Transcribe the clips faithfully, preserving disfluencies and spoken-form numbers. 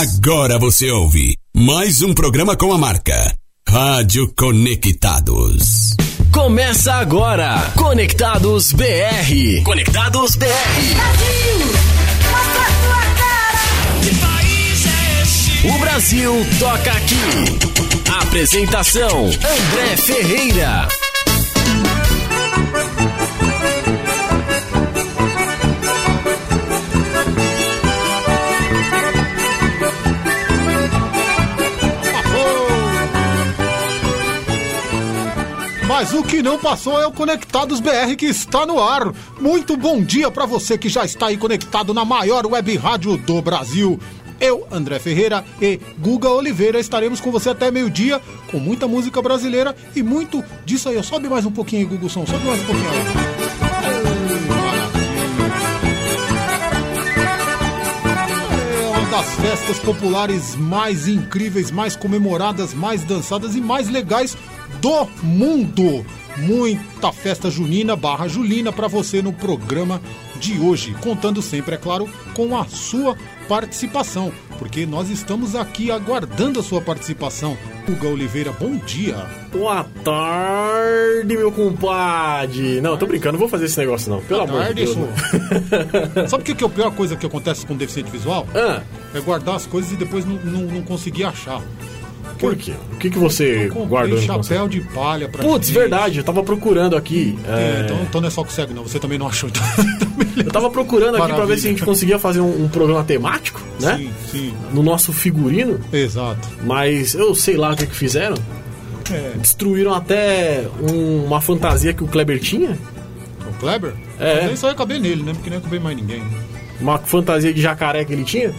Agora você ouve mais um programa com a marca Rádio Conectados. Começa agora, Conectados B R. Conectados B R. Brasil, mostra a tua cara. Que país é esse? O Brasil toca aqui. Apresentação, André Ferreira. Mas o que não passou é o Conectados B R que está no ar. Muito bom dia para você que já está aí conectado na maior web rádio do Brasil. Eu, André Ferreira e Guga Oliveira estaremos com você até meio-dia com muita música brasileira e muito disso aí. Sobe mais um pouquinho aí, Gugu Som. Sobe mais um pouquinho aí. É uma das festas populares mais incríveis, mais comemoradas, mais dançadas e mais legais do mundo. Muita festa junina barra julina para você no programa de hoje, contando sempre, é claro, com a sua participação, porque nós estamos aqui aguardando a sua participação. Guga Oliveira, bom dia. Boa tarde, meu compadre. Não, tô brincando, não vou fazer esse negócio não, pelo Boa amor tarde, de Deus. Sabe o que, que é a pior coisa que acontece com deficiente visual? Ah. É guardar as coisas e depois não, não, não conseguir achar. Por quê? O que, que você eu guardou no chapéu de palha pra Putz, gente. verdade, eu tava procurando aqui. É, é... então, então não é só que segue, não. Você também não achou. Então... eu tava procurando aqui Maravilha. pra ver se a gente conseguia fazer um, um programa temático, né? Sim, sim. No nosso figurino. Exato. Mas eu sei lá o que, que fizeram. É. Destruíram até um, uma fantasia que o Kleber tinha. O Kleber? É. Mas aí só ia caber nele, né? Porque não ia caber mais ninguém. Uma fantasia de jacaré que ele tinha.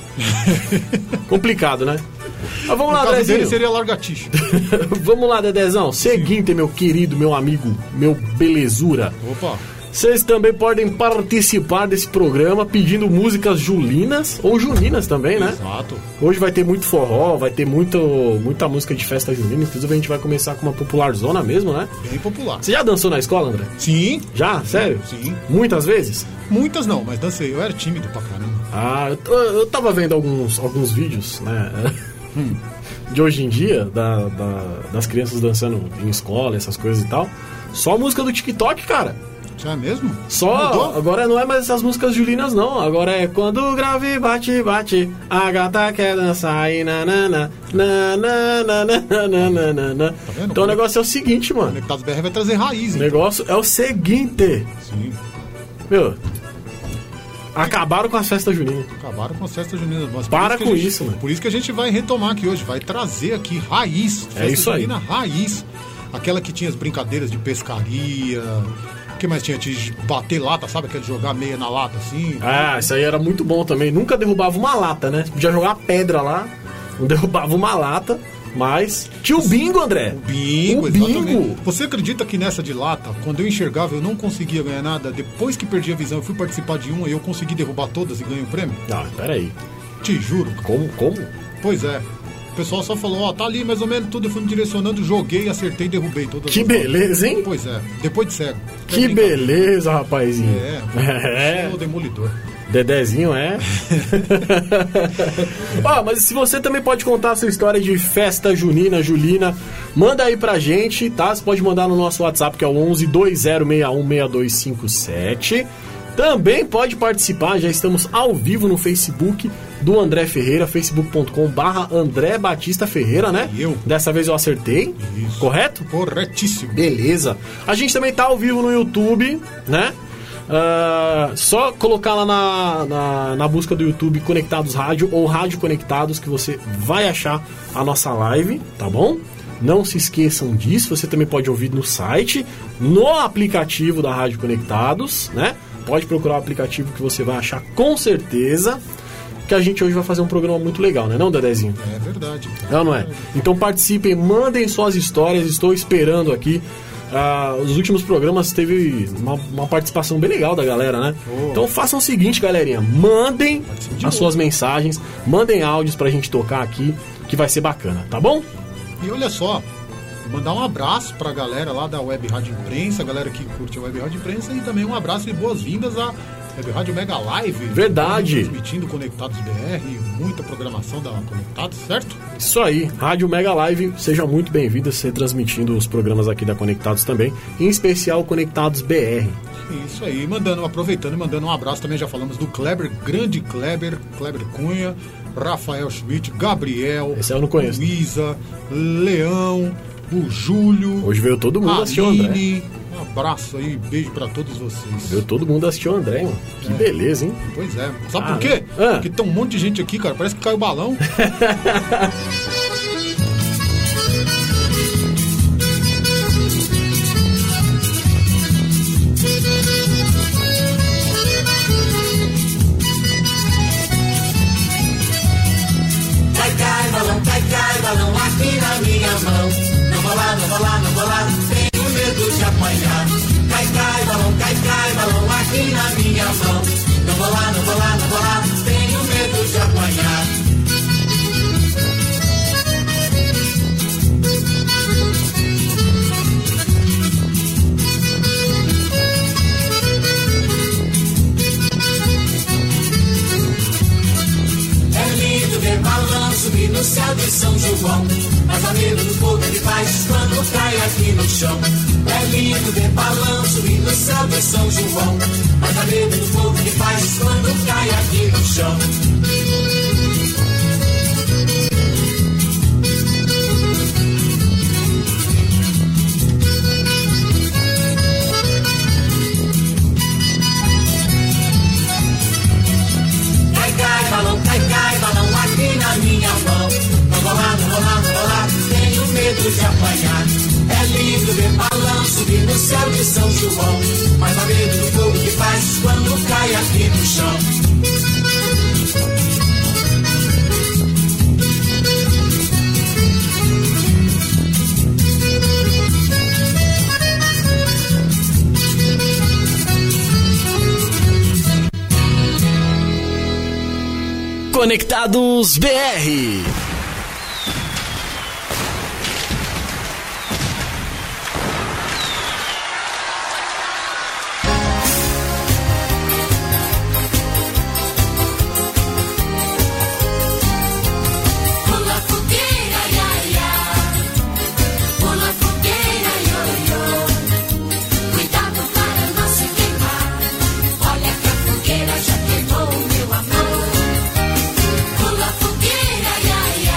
Complicado, né? Mas vamos No lá, caso Dezinho. dele seria largatixa. Vamos lá, Dedezão. Seguinte, meu querido, meu amigo, meu belezura. Opa. Vocês também podem participar desse programa pedindo músicas julinas ou juninas também, né? Exato. Hoje vai ter muito forró, vai ter muito, muita música de festa junina. Inclusive a gente vai começar com uma popular zona mesmo, né? Bem popular. Você já dançou na escola, André? Sim. Já? Sério? Sim. Muitas vezes? Muitas não, mas dancei. Eu era tímido pra caramba. Ah, eu, t- eu tava vendo alguns, alguns vídeos, né? Hum. De hoje em dia, da, da, das crianças dançando em escola, essas coisas e tal. Só música do TikTok, cara. Já é mesmo? Só, Mudou? agora não é mais essas músicas julinas, não. Agora é quando o grave bate, bate, a gata quer dançar e nanana, nanana, nanana. Tá vendo? Então o negócio é o seguinte, mano. Conectados B R vai trazer raiz, O hein? negócio é o seguinte. Sim. Meu, acabaram com as festas juninas. Acabaram com as festas juninas. Mas por Para que com a gente- isso, mano. Por isso que a gente vai retomar aqui hoje. Vai trazer aqui raiz. É isso aí. junina raiz. Aquela que tinha as brincadeiras de pescaria. O que mais tinha? De bater lata, sabe? Aquele de jogar meia na lata, assim. Ah, isso aí era muito bom também. Nunca derrubava uma lata, né? Podia jogar pedra lá, não derrubava uma lata, mas tinha o bingo, André. O bingo, o exatamente. bingo. Você acredita que nessa de lata, quando eu enxergava, eu não conseguia ganhar nada? Depois que perdi a visão, eu fui participar de uma e eu consegui derrubar todas e ganhei o prêmio? Ah, peraí. Te juro. Como? Como? Pois é. O pessoal só falou, ó, tá ali mais ou menos tudo, eu fui me direcionando, joguei, acertei e derrubei todas Que as beleza, hein? Pois é, depois de cego. Que beleza, rapazinho. É, É. o demolidor. Dedezinho é. Ó, mas se você também pode contar a sua história de festa junina, julina, manda aí pra gente, tá? Você pode mandar no nosso WhatsApp, que é o onze dois zero seis um seis dois cinco sete. Também pode participar, já estamos ao vivo no Facebook do André Ferreira, facebook ponto com barra André Batista Ferreira, né? E eu. Dessa vez eu acertei, Isso. correto? Corretíssimo. Beleza. A gente também tá ao vivo no YouTube, né? Uh, só colocar lá na, na, na busca do YouTube Conectados Rádio ou Rádio Conectados que você vai achar a nossa live, tá bom? Não se esqueçam disso, você também pode ouvir no site, no aplicativo da Rádio Conectados, né? Pode procurar o aplicativo que você vai achar com certeza. Que a gente hoje vai fazer um programa muito legal, né, não, Dedezinho? É verdade. É ou não é? Então participem, mandem suas histórias, estou esperando aqui. Ah, os últimos programas teve uma, uma participação bem legal da galera, né? Oh. Então façam o seguinte, galerinha, mandem Participe de as novo. suas mensagens, mandem áudios pra gente tocar aqui, que vai ser bacana, tá bom? E olha só, mandar um abraço pra galera lá da Web Rádio Imprensa, a galera que curte a Web Rádio Imprensa, e também um abraço e boas-vindas a Web Rádio Mega Live. Verdade. Transmitindo Conectados B R, muita programação da Conectados, certo? Isso aí, Rádio Mega Live, seja muito bem-vinda, você transmitindo os programas aqui da Conectados também, em especial Conectados B R. Isso aí, mandando, aproveitando e mandando um abraço também, já falamos do Kleber, grande Kleber, Kleber Cunha, Rafael Schmidt, Gabriel, esse eu não conheço. Luísa, Leão, o Júlio. Hoje veio todo mundo assistir o André. Um abraço aí, beijo pra todos vocês. Veio todo mundo assistir o André, mano. Que é. beleza, hein? Pois é. Sabe ah, por quê? Ah. Porque tem um monte de gente aqui, cara, parece que caiu o balão. Cai, cai, balão aqui na minha mão. Não vou lá, não vou lá, não vou lá, tenho medo de apanhar. Cai, cai, balão, cai, cai, balão aqui na minha mão. Não vou lá, não vou lá, não vou lá, tenho medo de apanhar. Balão subir no céu de São João, mas a medo do fogo ele faz quando cai aqui no chão. É lindo ver balão subir no céu de São João, mas a medo do fogo ele faz quando cai aqui no chão. Cai, cai, balão aqui na minha mão. Não vou lá, não vou lá, não vou lá, tenho medo de apanhar. É lindo ver balão subir no céu de São João, mas a medo do fogo que faz quando cai aqui no chão. Conectados B R. Olha que a fogueira já queimou, meu amor. Pula fogueira, ia, ia.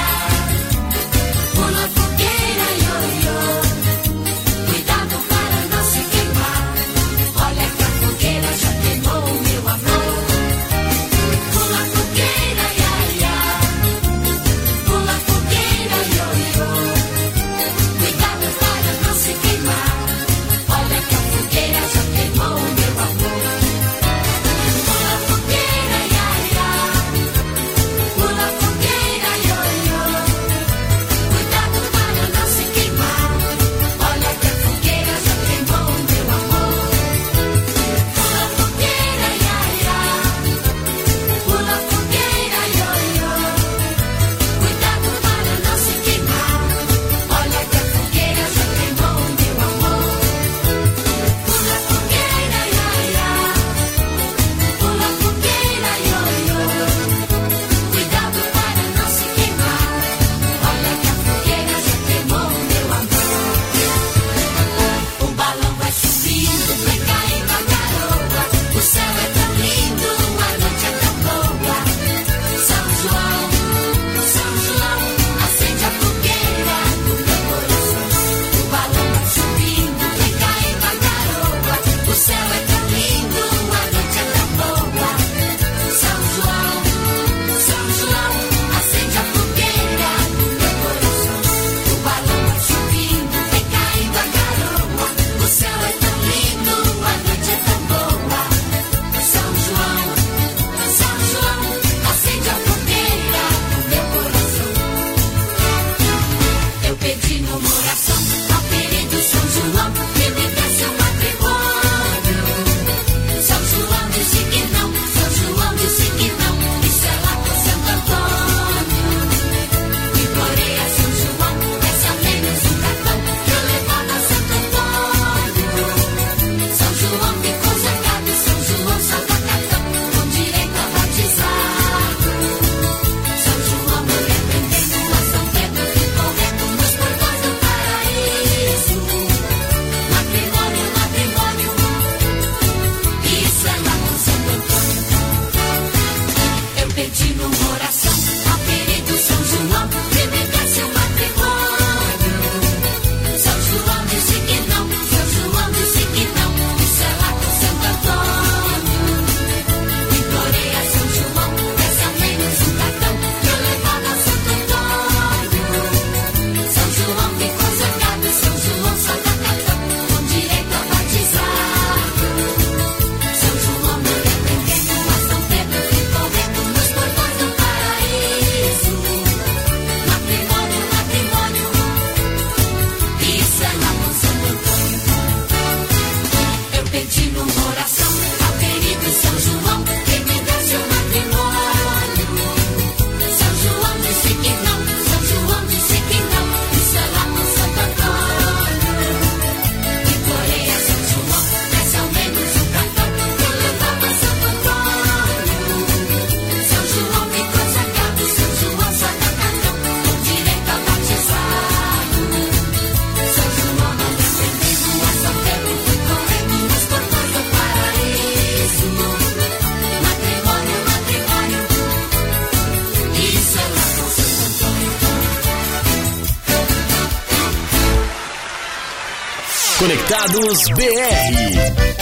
Conectados B R.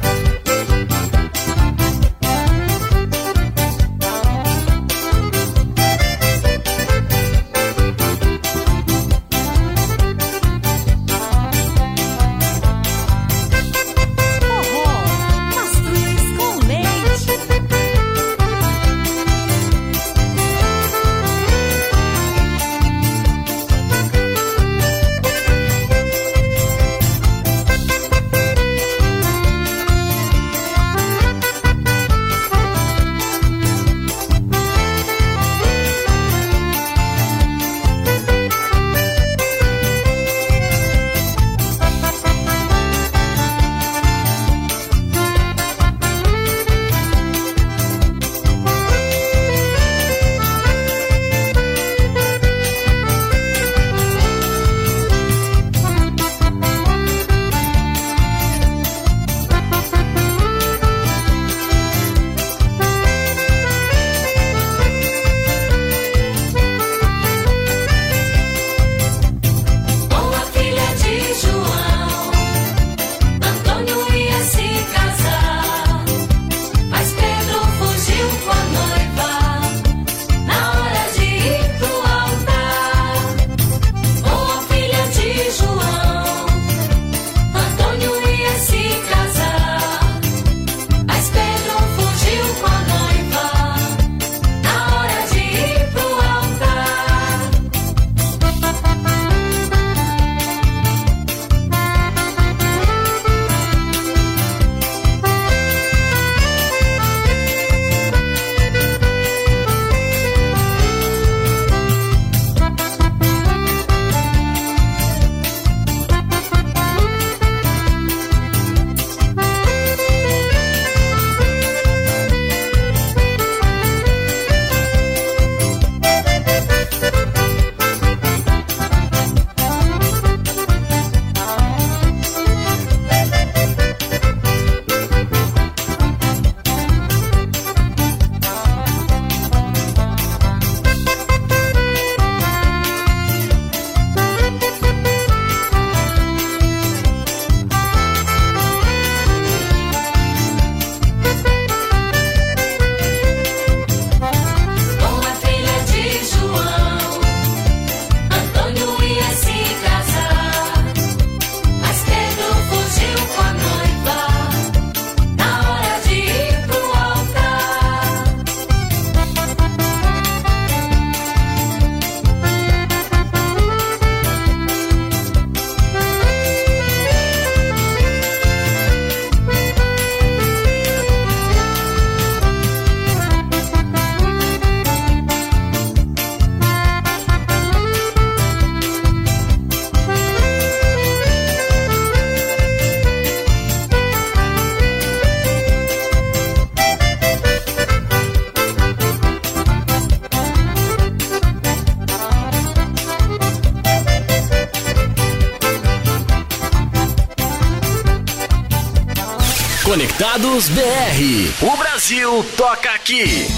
Conectados B R. O Brasil toca aqui.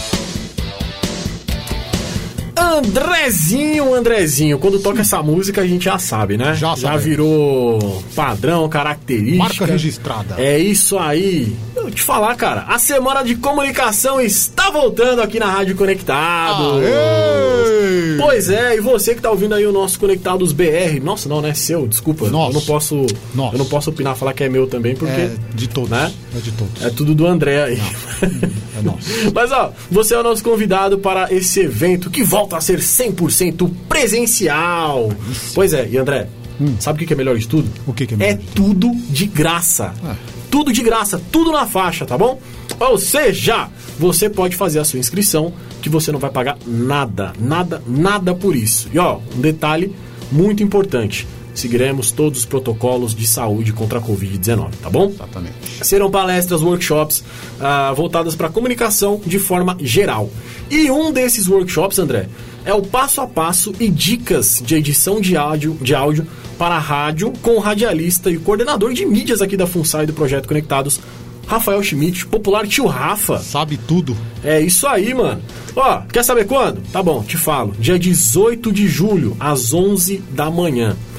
Andrezinho, Andrezinho, quando toca essa música a gente já sabe, né? Já, já sabe. Virou padrão, característica. Marca registrada. É isso aí. Eu te falar, cara, a semana de comunicação está voltando aqui na Rádio Conectados. Aê! Pois é, e você que tá ouvindo aí o nosso Conectados B R, nossa, não, né? Seu, desculpa. Nossa. Eu não posso, Nossa. eu não posso opinar, falar que é meu também, porque É de todos. né? É de todos. É tudo do André aí. É nosso. Mas ó, você é o nosso convidado para esse evento que volta a ser cem por cento presencial. Isso. Pois é, e André, hum. sabe o que é melhor de tudo? O que, que é melhor? É tudo de graça. É. Tudo de graça, tudo na faixa, tá bom? Ou seja, você pode fazer a sua inscrição que você não vai pagar nada, nada, nada por isso. E ó, um detalhe muito importante. Seguiremos todos os protocolos de saúde contra a covid dezenove, tá bom? Exatamente. Serão palestras, workshops uh, voltadas para comunicação de forma geral. E um desses workshops, André, é o passo a passo e dicas de edição de áudio, de áudio para a rádio com o radialista e coordenador de mídias aqui da FUNSAI do Projeto Conectados, Rafael Schmidt, popular tio Rafa. Sabe tudo. É isso aí, mano. Ó, quer saber quando? Tá bom, te falo. Dia dezoito de julho, às onze da manhã.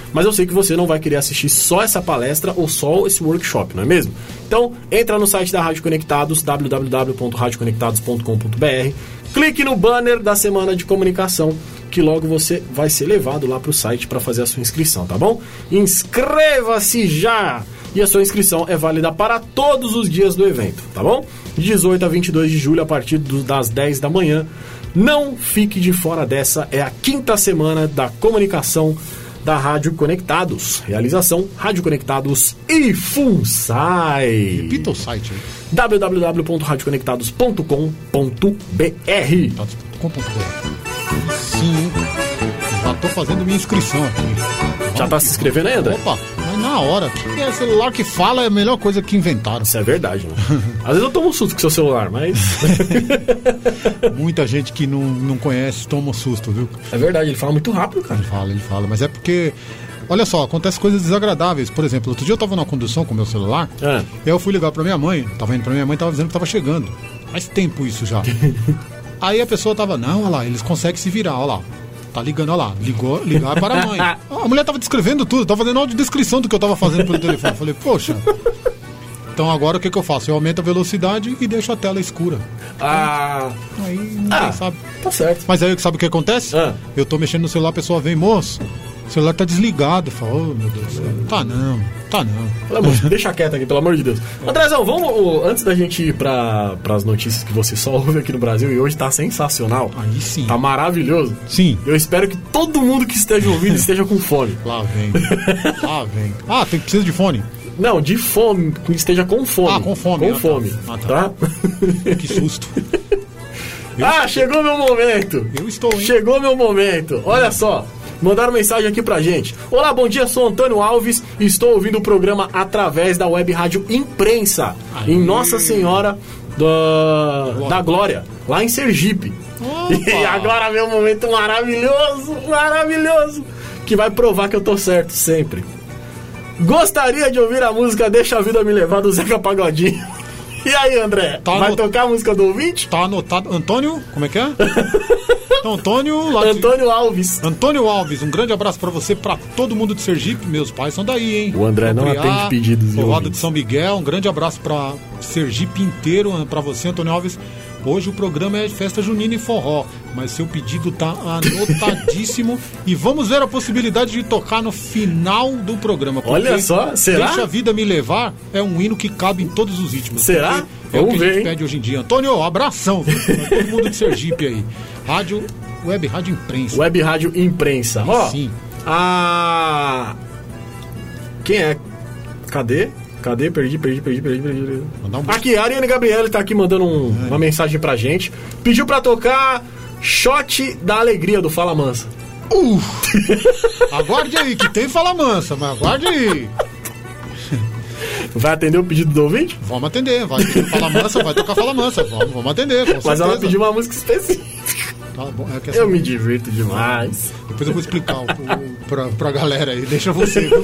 mas eu sei que você não vai querer assistir só essa palestra ou só esse workshop, não é mesmo? Então, entra no site da Rádio Conectados, w w w ponto rádio conectados ponto com ponto b r, clique no banner da Semana de Comunicação, que logo você vai ser levado lá para o site para fazer a sua inscrição, tá bom? Inscreva-se já! E a sua inscrição é válida para todos os dias do evento, tá bom? De dezoito a vinte e dois de julho, a partir do, das dez da manhã. Não fique de fora dessa, é a quinta semana da comunicação da Rádio Conectados. Realização Rádio Conectados e FUNSAI. Repita o site aí. w w w ponto rádio conectados ponto com ponto b r. Sim, já tô fazendo minha inscrição aqui. Já tá se inscrevendo aí, André? Opa, mas na hora. Que é celular que fala é a melhor coisa que inventaram. Isso é verdade, né? Às vezes eu tomo um susto com seu celular, mas... Muita gente que não, não conhece toma um susto, viu? É verdade, ele fala muito rápido, cara. Ele fala, ele fala, mas é porque... Olha só, acontecem coisas desagradáveis. Por exemplo, outro dia eu tava na condução com o meu celular, É. e aí eu fui ligar pra minha mãe, tava indo pra minha mãe, tava dizendo que tava chegando. Faz tempo isso já. Aí a pessoa tava, não, olha lá, eles conseguem se virar, olha lá. Tá ligando, olha lá, ligou, ligar para a mãe. Ah, a mulher tava descrevendo tudo, tava fazendo audiodescrição do que eu tava fazendo pelo telefone. Falei, poxa. Então agora o que que eu faço? Eu aumento a velocidade e deixo a tela escura. Ah, Aí ninguém ah sabe. tá certo. Mas aí sabe o que acontece? Ah. Eu tô mexendo no celular, a pessoa vem, moço, o celular tá desligado. Fala, oh meu Deus do céu. Tá não, tá não. Pelo amor, deixa quieto aqui, pelo amor de Deus. Andrezão, vamos, antes da gente ir para as notícias que você só ouve aqui no Brasil, e hoje tá sensacional. Aí sim. Tá maravilhoso. Sim. Eu espero que todo mundo que esteja ouvindo esteja com fone. Lá vem. Lá vem. Ah, tem, precisa de fone? Não, de fome, que esteja com fome. Ah, com fome. Com Ah, tá. fome, Ah, tá. tá? Que susto. Eu Ah, estou- chegou meu momento. Eu estou, hein? Chegou meu momento. Olha só. Mandaram mensagem aqui pra gente. Olá, bom dia, sou Antônio Alves e estou ouvindo o programa através da web rádio Imprensa, Aí. em Nossa Senhora da, da Glória, lá em Sergipe. Opa. E agora vem um momento maravilhoso, maravilhoso, que vai provar que eu tô certo sempre. Gostaria de ouvir a música Deixa a Vida Me Levar, do Zeca Pagodinho. E aí, André? Tá vai no- tocar a música do ouvinte? Tá anotado. Antônio, como é que é? Então, Antônio... lá de- Antônio Alves. Antônio Alves, um grande abraço pra você, pra todo mundo de Sergipe. Meus pais são daí, hein? O André não Copriá, atende pedidos de Povoado ouvintes. de São Miguel, um grande abraço pra Sergipe inteiro, pra você, Antônio Alves. Hoje o programa é festa junina e forró, mas seu pedido tá anotadíssimo. E vamos ver a possibilidade de tocar no final do programa. porque Olha só, será? Deixa a Vida Me Levar é um hino que cabe em todos os ritmos. Será? porque É o Vamos que a ver, gente hein? pede hoje em dia. Antônio, abração viu? Pra todo mundo de Sergipe aí. Rádio, web, rádio imprensa. Web Rádio Imprensa. Aí Ó, sim. a... Quem é? Cadê? Cadê? Perdi, perdi, perdi, perdi, perdi. Mandar um beijo. Aqui, a Ariane Gabriele tá aqui mandando um- uma mensagem pra gente. Pediu pra tocar Shot da Alegria, do Fala Mansa. Uh, aguarde aí, que tem Fala Mansa, mas aguarde aí. Vai atender o pedido do ouvinte? Vamos atender, vai ter Fala Mansa, vai tocar Fala Mansa. Vamos, vamos atender, com Mas certeza. ela pediu uma música específica. Tá bom, é que essa- Eu me divirto demais. Depois eu vou explicar o, o, pra, pra galera aí. Deixa você, viu?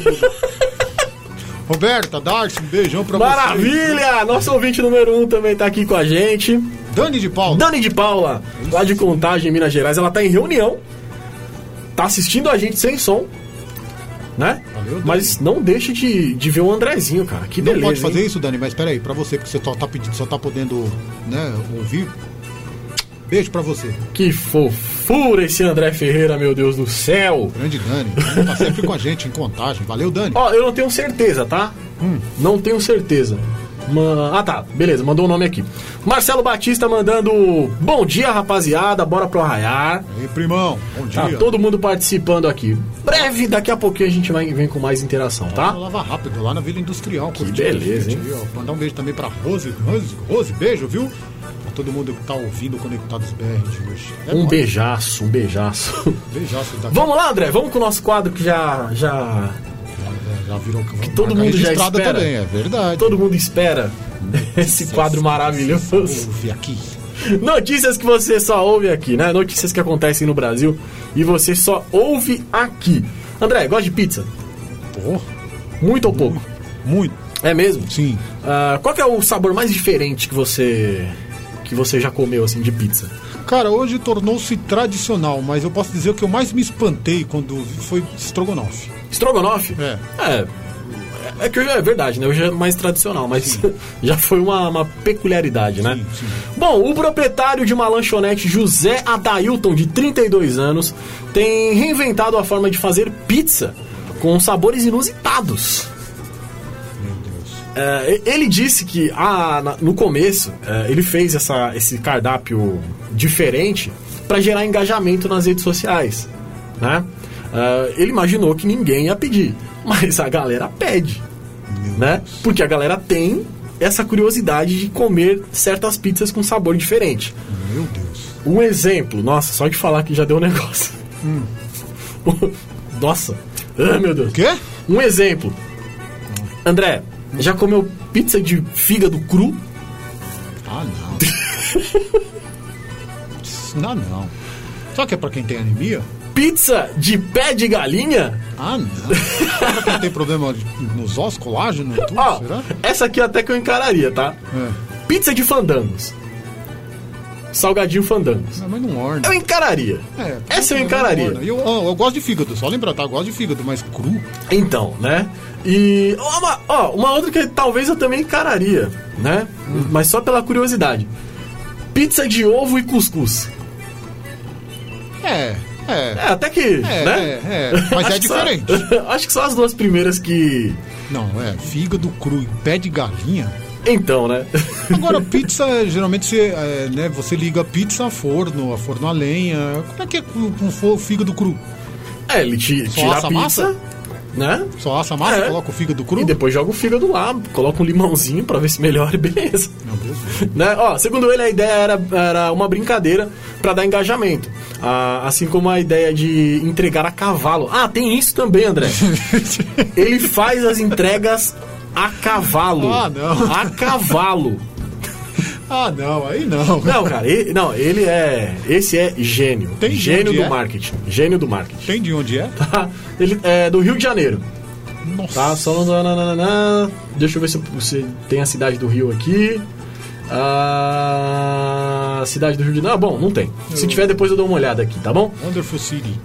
Roberta, Darcy, um beijão pra você. Maravilha! Nosso ouvinte número um também tá aqui com a gente. Dani de Paula. Dani de Paula, lá de Contagem, Minas Gerais. Ela tá em reunião. Tá assistindo a gente sem som. Né? Valeu, Dani. Mas não deixe de, de ver o Andrezinho, cara. Que Não beleza. pode fazer hein? isso, Dani, mas espera aí, pra você, porque você só tá pedindo, só tá podendo, né, ouvir. Beijo pra você. Que fofura esse André Ferreira, meu Deus do céu. Grande Dani. Dani tá sempre com a gente em Contagem. Valeu, Dani. Ó, eu não tenho certeza, tá? Hum. Não tenho certeza. Ma- Ah, tá. Beleza, mandou o nome aqui. Marcelo Batista mandando bom dia, rapaziada. Bora pro Arraiar. Aí, primão. Bom dia. Tá todo mundo participando aqui. Breve, daqui a pouquinho a gente vai, vem com mais interação, tá? Vou lavar rápido, lá na Vila Industrial. Que curtindo a beleza, gente aí, ó. Mandar um beijo também pra Rose. Rose, Rose, beijo, viu? Pra todo mundo que tá ouvindo o Conectados B R de hoje. É Um nóis. beijaço, um beijaço. Beijaço daqui. Vamos lá, André, vamos com o nosso quadro que já. já Já, já virou que todo mundo já espera. também, é verdade. todo mundo espera esse quadro maravilhoso. Ouve aqui. Notícias que você só ouve aqui, né? Notícias que acontecem no Brasil e você só ouve aqui. André, gosta de pizza? Pô, Muito ou pouco? muito. É mesmo? Sim. Ah, qual que é o sabor mais diferente que você que você já comeu assim de pizza? Cara, hoje tornou-se tradicional, mas eu posso dizer que eu mais me espantei quando vi foi estrogonofe. Estrogonofe? É. É. É que hoje é verdade, né? Hoje é mais tradicional, mas já foi uma, uma peculiaridade, né? Sim, sim. Bom, o proprietário de uma lanchonete, José Adailton, de trinta e dois anos, tem reinventado a forma de fazer pizza com sabores inusitados. Meu Deus. É, ele disse que ah, na, no começo é, ele fez essa, esse cardápio diferente para gerar engajamento nas redes sociais, né? É, ele imaginou que ninguém ia pedir, mas a galera pede, Meu né? Deus. Porque a galera tem essa curiosidade de comer certas pizzas com sabor diferente. Meu Deus. Um exemplo, nossa, só de falar que já deu um negócio. Hum. Nossa, ah, meu Deus. O quê? Um exemplo. André, já comeu pizza de fígado cru? Ah, não. Não, não. Só que é pra quem tem anemia? Pizza de pé de galinha? Ah, não. Só pra quem tem problema nos ossos, colágeno, tudo, Ó, será? essa aqui até que eu encararia, tá? É. Pizza de fandangos. Salgadinho fandangos. Não, mas não orna. Eu encararia. É, Essa eu não encararia. orna. Eu, ó, eu gosto de fígado, só lembrar, tá? Eu gosto de fígado, mas cru? Então, né? E ó, uma, ó, uma outra que talvez eu também encararia, né? Hum. Mas só pela curiosidade. Pizza de ovo e cuscuz. É, é. É, até que, É, né? é, é. Mas Acho é que só- diferente. acho que são as duas primeiras que... Não, é fígado cru e pé de galinha. Então, né? Agora, pizza, geralmente você, é, né, você liga a pizza a forno, a forno a lenha. Como é que é com, com fo- fígado cru? É, ele te, Só tira assa a a pizza, massa? né? Só assa a massa, É. coloca o fígado cru? E depois joga o fígado lá, coloca um limãozinho pra ver se melhora e beleza. Meu Deus. Né? Ó, segundo ele, a ideia era, era uma brincadeira pra dar engajamento. Ah, assim como a ideia de entregar a cavalo. Ah, tem isso também, André. Ele faz as entregas a cavalo. Ah, não. A cavalo. Ah, não, aí não. Não, cara, ele, não, ele é. Esse é gênio. Tem de gênio onde do é? marketing. Gênio do marketing. Tem de onde é? Tá? Ele é do Rio de Janeiro. Nossa. Tá, só no... nananana. Deixa eu ver se você tem a cidade do Rio aqui. A cidade do Rio de Janeiro. Ah, bom, não tem. Se tiver, depois eu dou uma olhada aqui, tá bom? Wonderful City.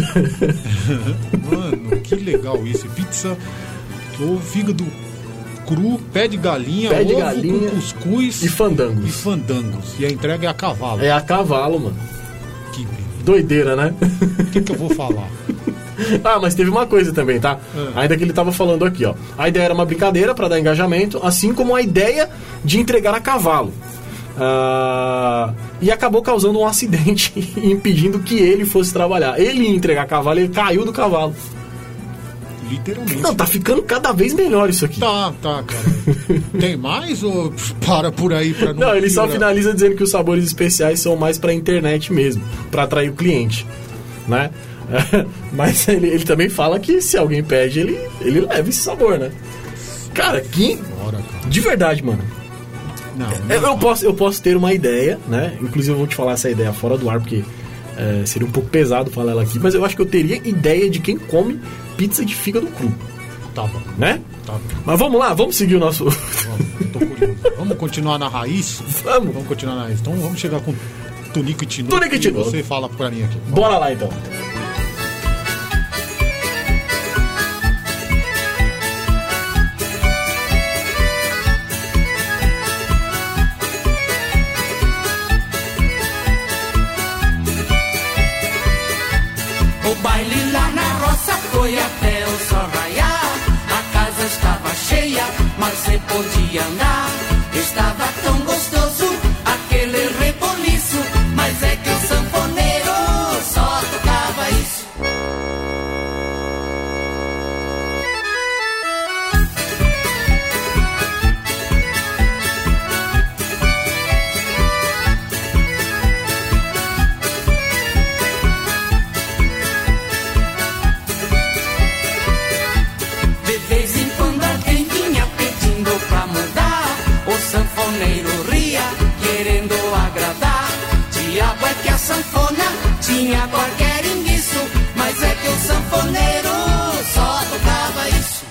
Mano, que legal isso. Pizza, ovo, fígado cru, pé de galinha, Pé de ovo galinha com cuscuz E e fandangos. fandangos. E a entrega é a cavalo. É a cavalo, mano. Que beleza. Doideira, né? O que, que eu vou falar? Ah, mas teve uma coisa também, tá? É. Ainda que ele tava falando aqui, ó. A ideia era uma brincadeira pra dar engajamento, assim como a ideia de entregar a cavalo. Ah, e acabou causando um acidente impedindo que ele fosse trabalhar. Ele ia entregar a cavalo, ele caiu do cavalo. Literalmente. Não, tá ficando cada vez melhor isso aqui. Tá, tá, cara. Tem mais ou para por aí pra não... Não, ele só piorar? finaliza dizendo que os sabores especiais são mais pra internet mesmo, pra atrair o cliente, né? Mas ele, ele também fala que se alguém pede, ele, ele leva esse sabor, né? Cara, que... Bora, cara. De verdade, mano. Não, Eu, não. eu posso, eu posso ter uma ideia, né? Inclusive eu vou te falar essa ideia fora do ar, porque é, seria um pouco pesado falar ela aqui, mas eu acho que eu teria ideia de quem come pizza de fígado cru, Tá bom, né? tá bom. Mas vamos lá, vamos seguir o nosso... Vamos, tô curioso. Vamos continuar na raiz? Vamos. Vamos continuar na raiz. Então vamos chegar com Tunico e Tinoco. Tunico e Tinoco. Você fala pra mim aqui. Bora lá, então. O baile lá na roça foi até o sol raiar. A casa estava cheia, mas você podia andar. Estava tão gostoso aquele reboliço, mas é que o sanfoneiro só tocava isso. De vez em quando alguém vinha pedindo pra mudar. O sanfoneiro ria, querendo agradar. Diabo é que a sanfona tinha qualquer indício, mas é que o sanfoneiro só tocava isso.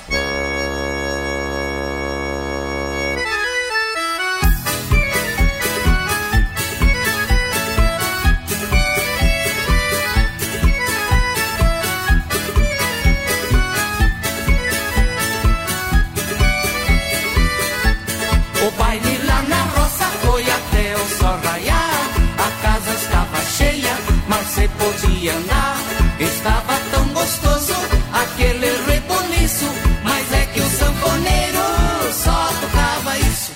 estava tão gostoso, aquele reboliço, mas é que o sanfoneiro só tocava isso.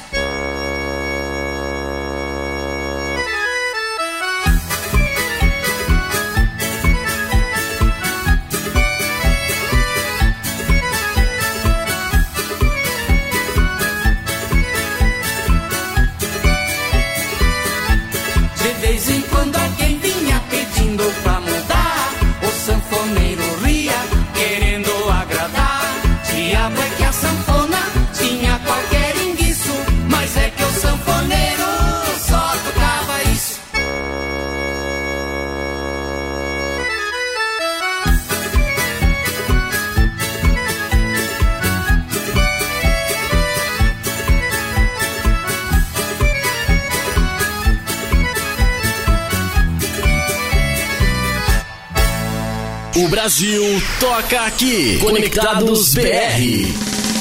De vez em quando alguém vinha pedindo pra mudar, o sanfoneiro ria, querendo agradar. Diabo é que a sanfona tinha qualquer enguiço, mas é que o sanfoneiro só tocava isso. O Brasil toca aqui. Conectados B R.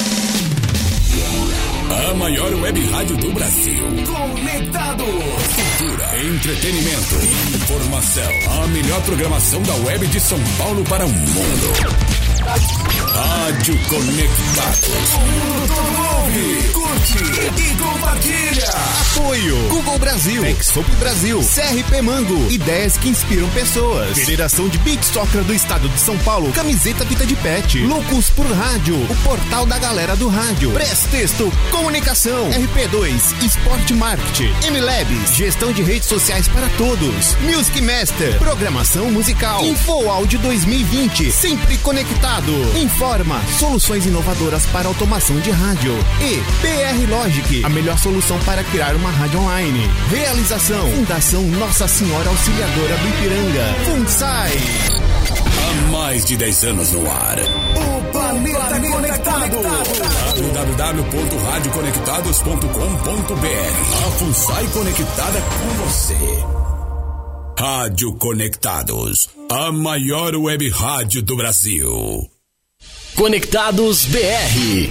A maior web rádio do Brasil. Conectados. Cultura, entretenimento, informação. A melhor programação da web de São Paulo para o mundo. Rádio Conectados. O mundo todo ouve, curte e compartilha. Apoio Google Brasil, Expo Brasil, C R P Mango, ideias que inspiram pessoas. Federação de Beat Soccer do Estado de São Paulo, camiseta Vida de Pet. Loucos por Rádio, o portal da galera do rádio. Press Texto, comunicação. R P dois, Esporte Marketing. M-Labs, gestão de redes sociais para todos. Music Master, programação musical. Info Áudio dois mil e vinte, sempre conectado. Informa, soluções inovadoras para automação de rádio. E B R Logic, a melhor solução para criar uma rádio online. Realização, Fundação Nossa Senhora Auxiliadora do Ipiranga. FUNSAI. Há mais de dez anos no ar. O planeta, planeta conectado. w w w ponto rádio conectados ponto com ponto b r. A FUNSAI conectada com você. Rádio Conectados, a maior web rádio do Brasil. Conectados B R.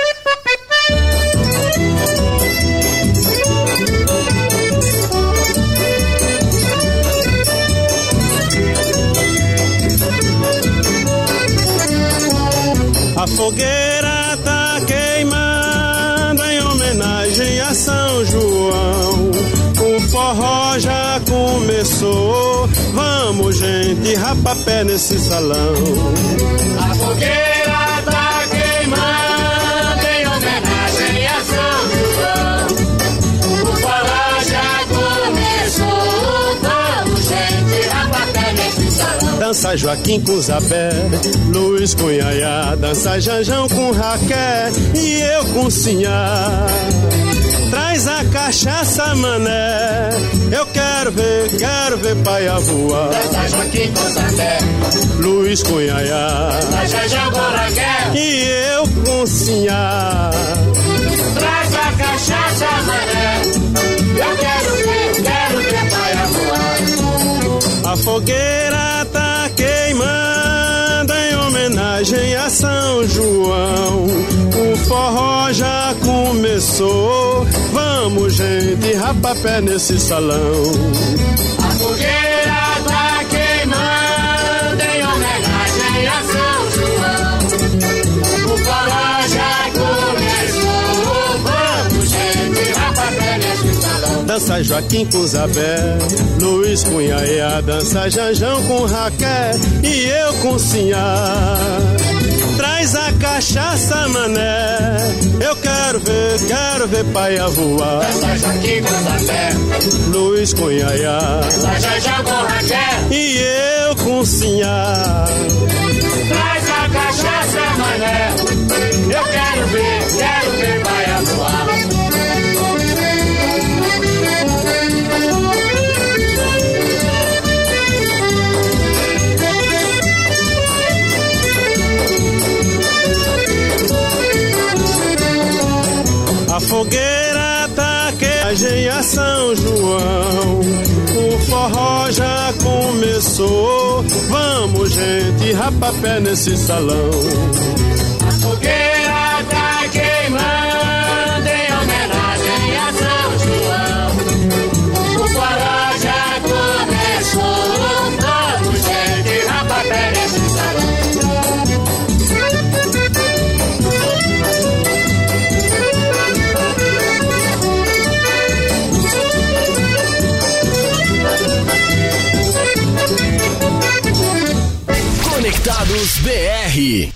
A fogueira tá queimando em homenagem a São João. O forró já começou, vamos gente, rapapé nesse salão. A fogueira tá queimando em homenagem a São João. O forró já começou, vamos gente, rapapé nesse salão. Dança Joaquim com Zabé, Luiz com Yaya, dança Janjão com Raquel e eu com Sinhá. Traz a cachaça, mané, eu quero ver, quero ver paia voar. Dança Joaquim com Zabé, Luiz com Yaya, dança Janjão com Raquel e eu com Sinhá. Traz a cachaça, mané, eu quero ver, quero ver paia voar. A fogueira tá queimando em homenagem a São João. O forró já começou, vamos gente, rapapé nesse salão. A fogueira tá queimando em homenagem a São João. O forró já começou, vamos gente, rapapé nesse salão. Dança Joaquim com Zabé, Luiz com Yaya, dança Janjão com Raquel e eu com Sinhá. Traz a cachaça, mané, eu quero ver, quero ver paia voar. Dança Joaquim com Zabé, Luiz com Yaya, dança Janjão com Raquel e eu com Sinhá. Traz a cachaça, mané, eu quero ver, quero ver paia voar. A fogueira tá queimando a São João. O forró já começou, vamos gente, rapapé nesse salão. A fogueira tá queimando em homenagem a São João. O forró já começou, vamos gente, rapapé nesse salão. Conectados B R.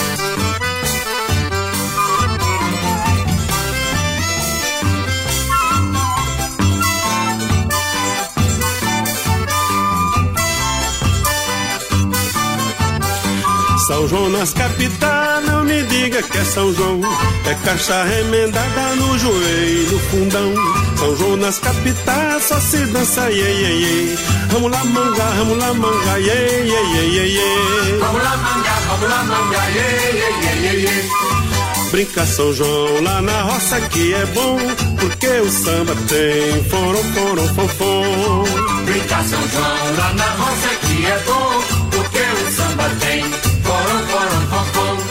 São João nas capitais, não me diga que é São João. É caixa remendada no joelho, no fundão. São João nas capitais, só se dança, iê, iê, iê. Vamos lá manga, vamos lá manga, iê, iê, iê, iê, iê. Vamos lá manga, vamos lá manga, iê, iê, iê, iê, iê. Brinca São João lá na roça que é bom, porque o samba tem forom, forom, fofom. Brinca São João lá na roça que é bom, porque o samba tem forom, forom, fofom.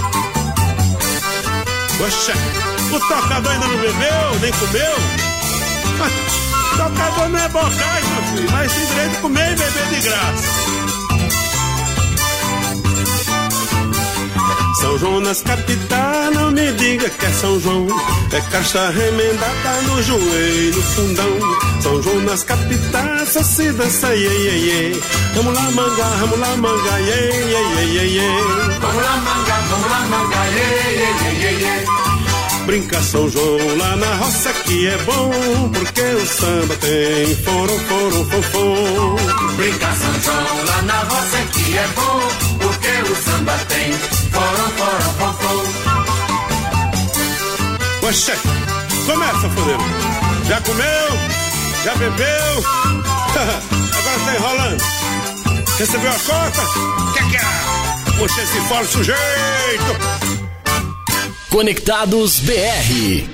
Poxa, o tocador ainda não bebeu, nem comeu? O tocador não é bocagem, meu filho, mas tem direito de comer e beber de graça. São João nas capitais, não me diga que é São João. É caixa remendada no joelho, no fundão. São João nas capitais, só se dança, iê, iê, iê. Vamos lá manga, vamos lá manga, iê, iê, iê, iê, iê. Vamos lá manga, vamos lá manga, iê, iê, iê, iê, iê. Brinca São João lá na roça que é bom, porque o samba tem forom, forom, fofom. Brinca São João lá na roça que é bom, porque o samba tem forom, forom, fofom. Poxa, começa, fodeiro. Já comeu? Já bebeu? Agora tá enrolando. Recebeu a conta? Que que é? Puxa esse fora, sujeito! Conectados B R.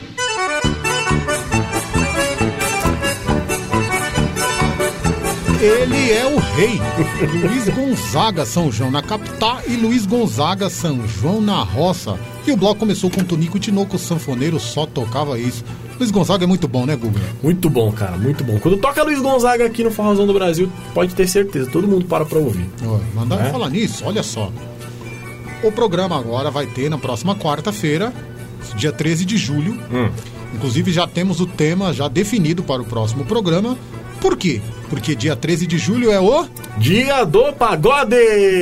Ele é o rei. Luiz Gonzaga, São João na capital, e Luiz Gonzaga, São João na roça. E o bloco começou com Tonico e Tinoco, o sanfoneiro só tocava isso. Luiz Gonzaga é muito bom, né, Guga? Muito bom, cara, muito bom. Quando toca Luiz Gonzaga aqui no Forrozão do Brasil, pode ter certeza, todo mundo para pra ouvir. Olha, mandar É? falar nisso, olha só. O programa agora vai ter na próxima quarta-feira, dia treze de julho. Hum. Inclusive já temos o tema já definido para o próximo programa. Por quê? Porque dia treze de julho é o... Dia do Pagode!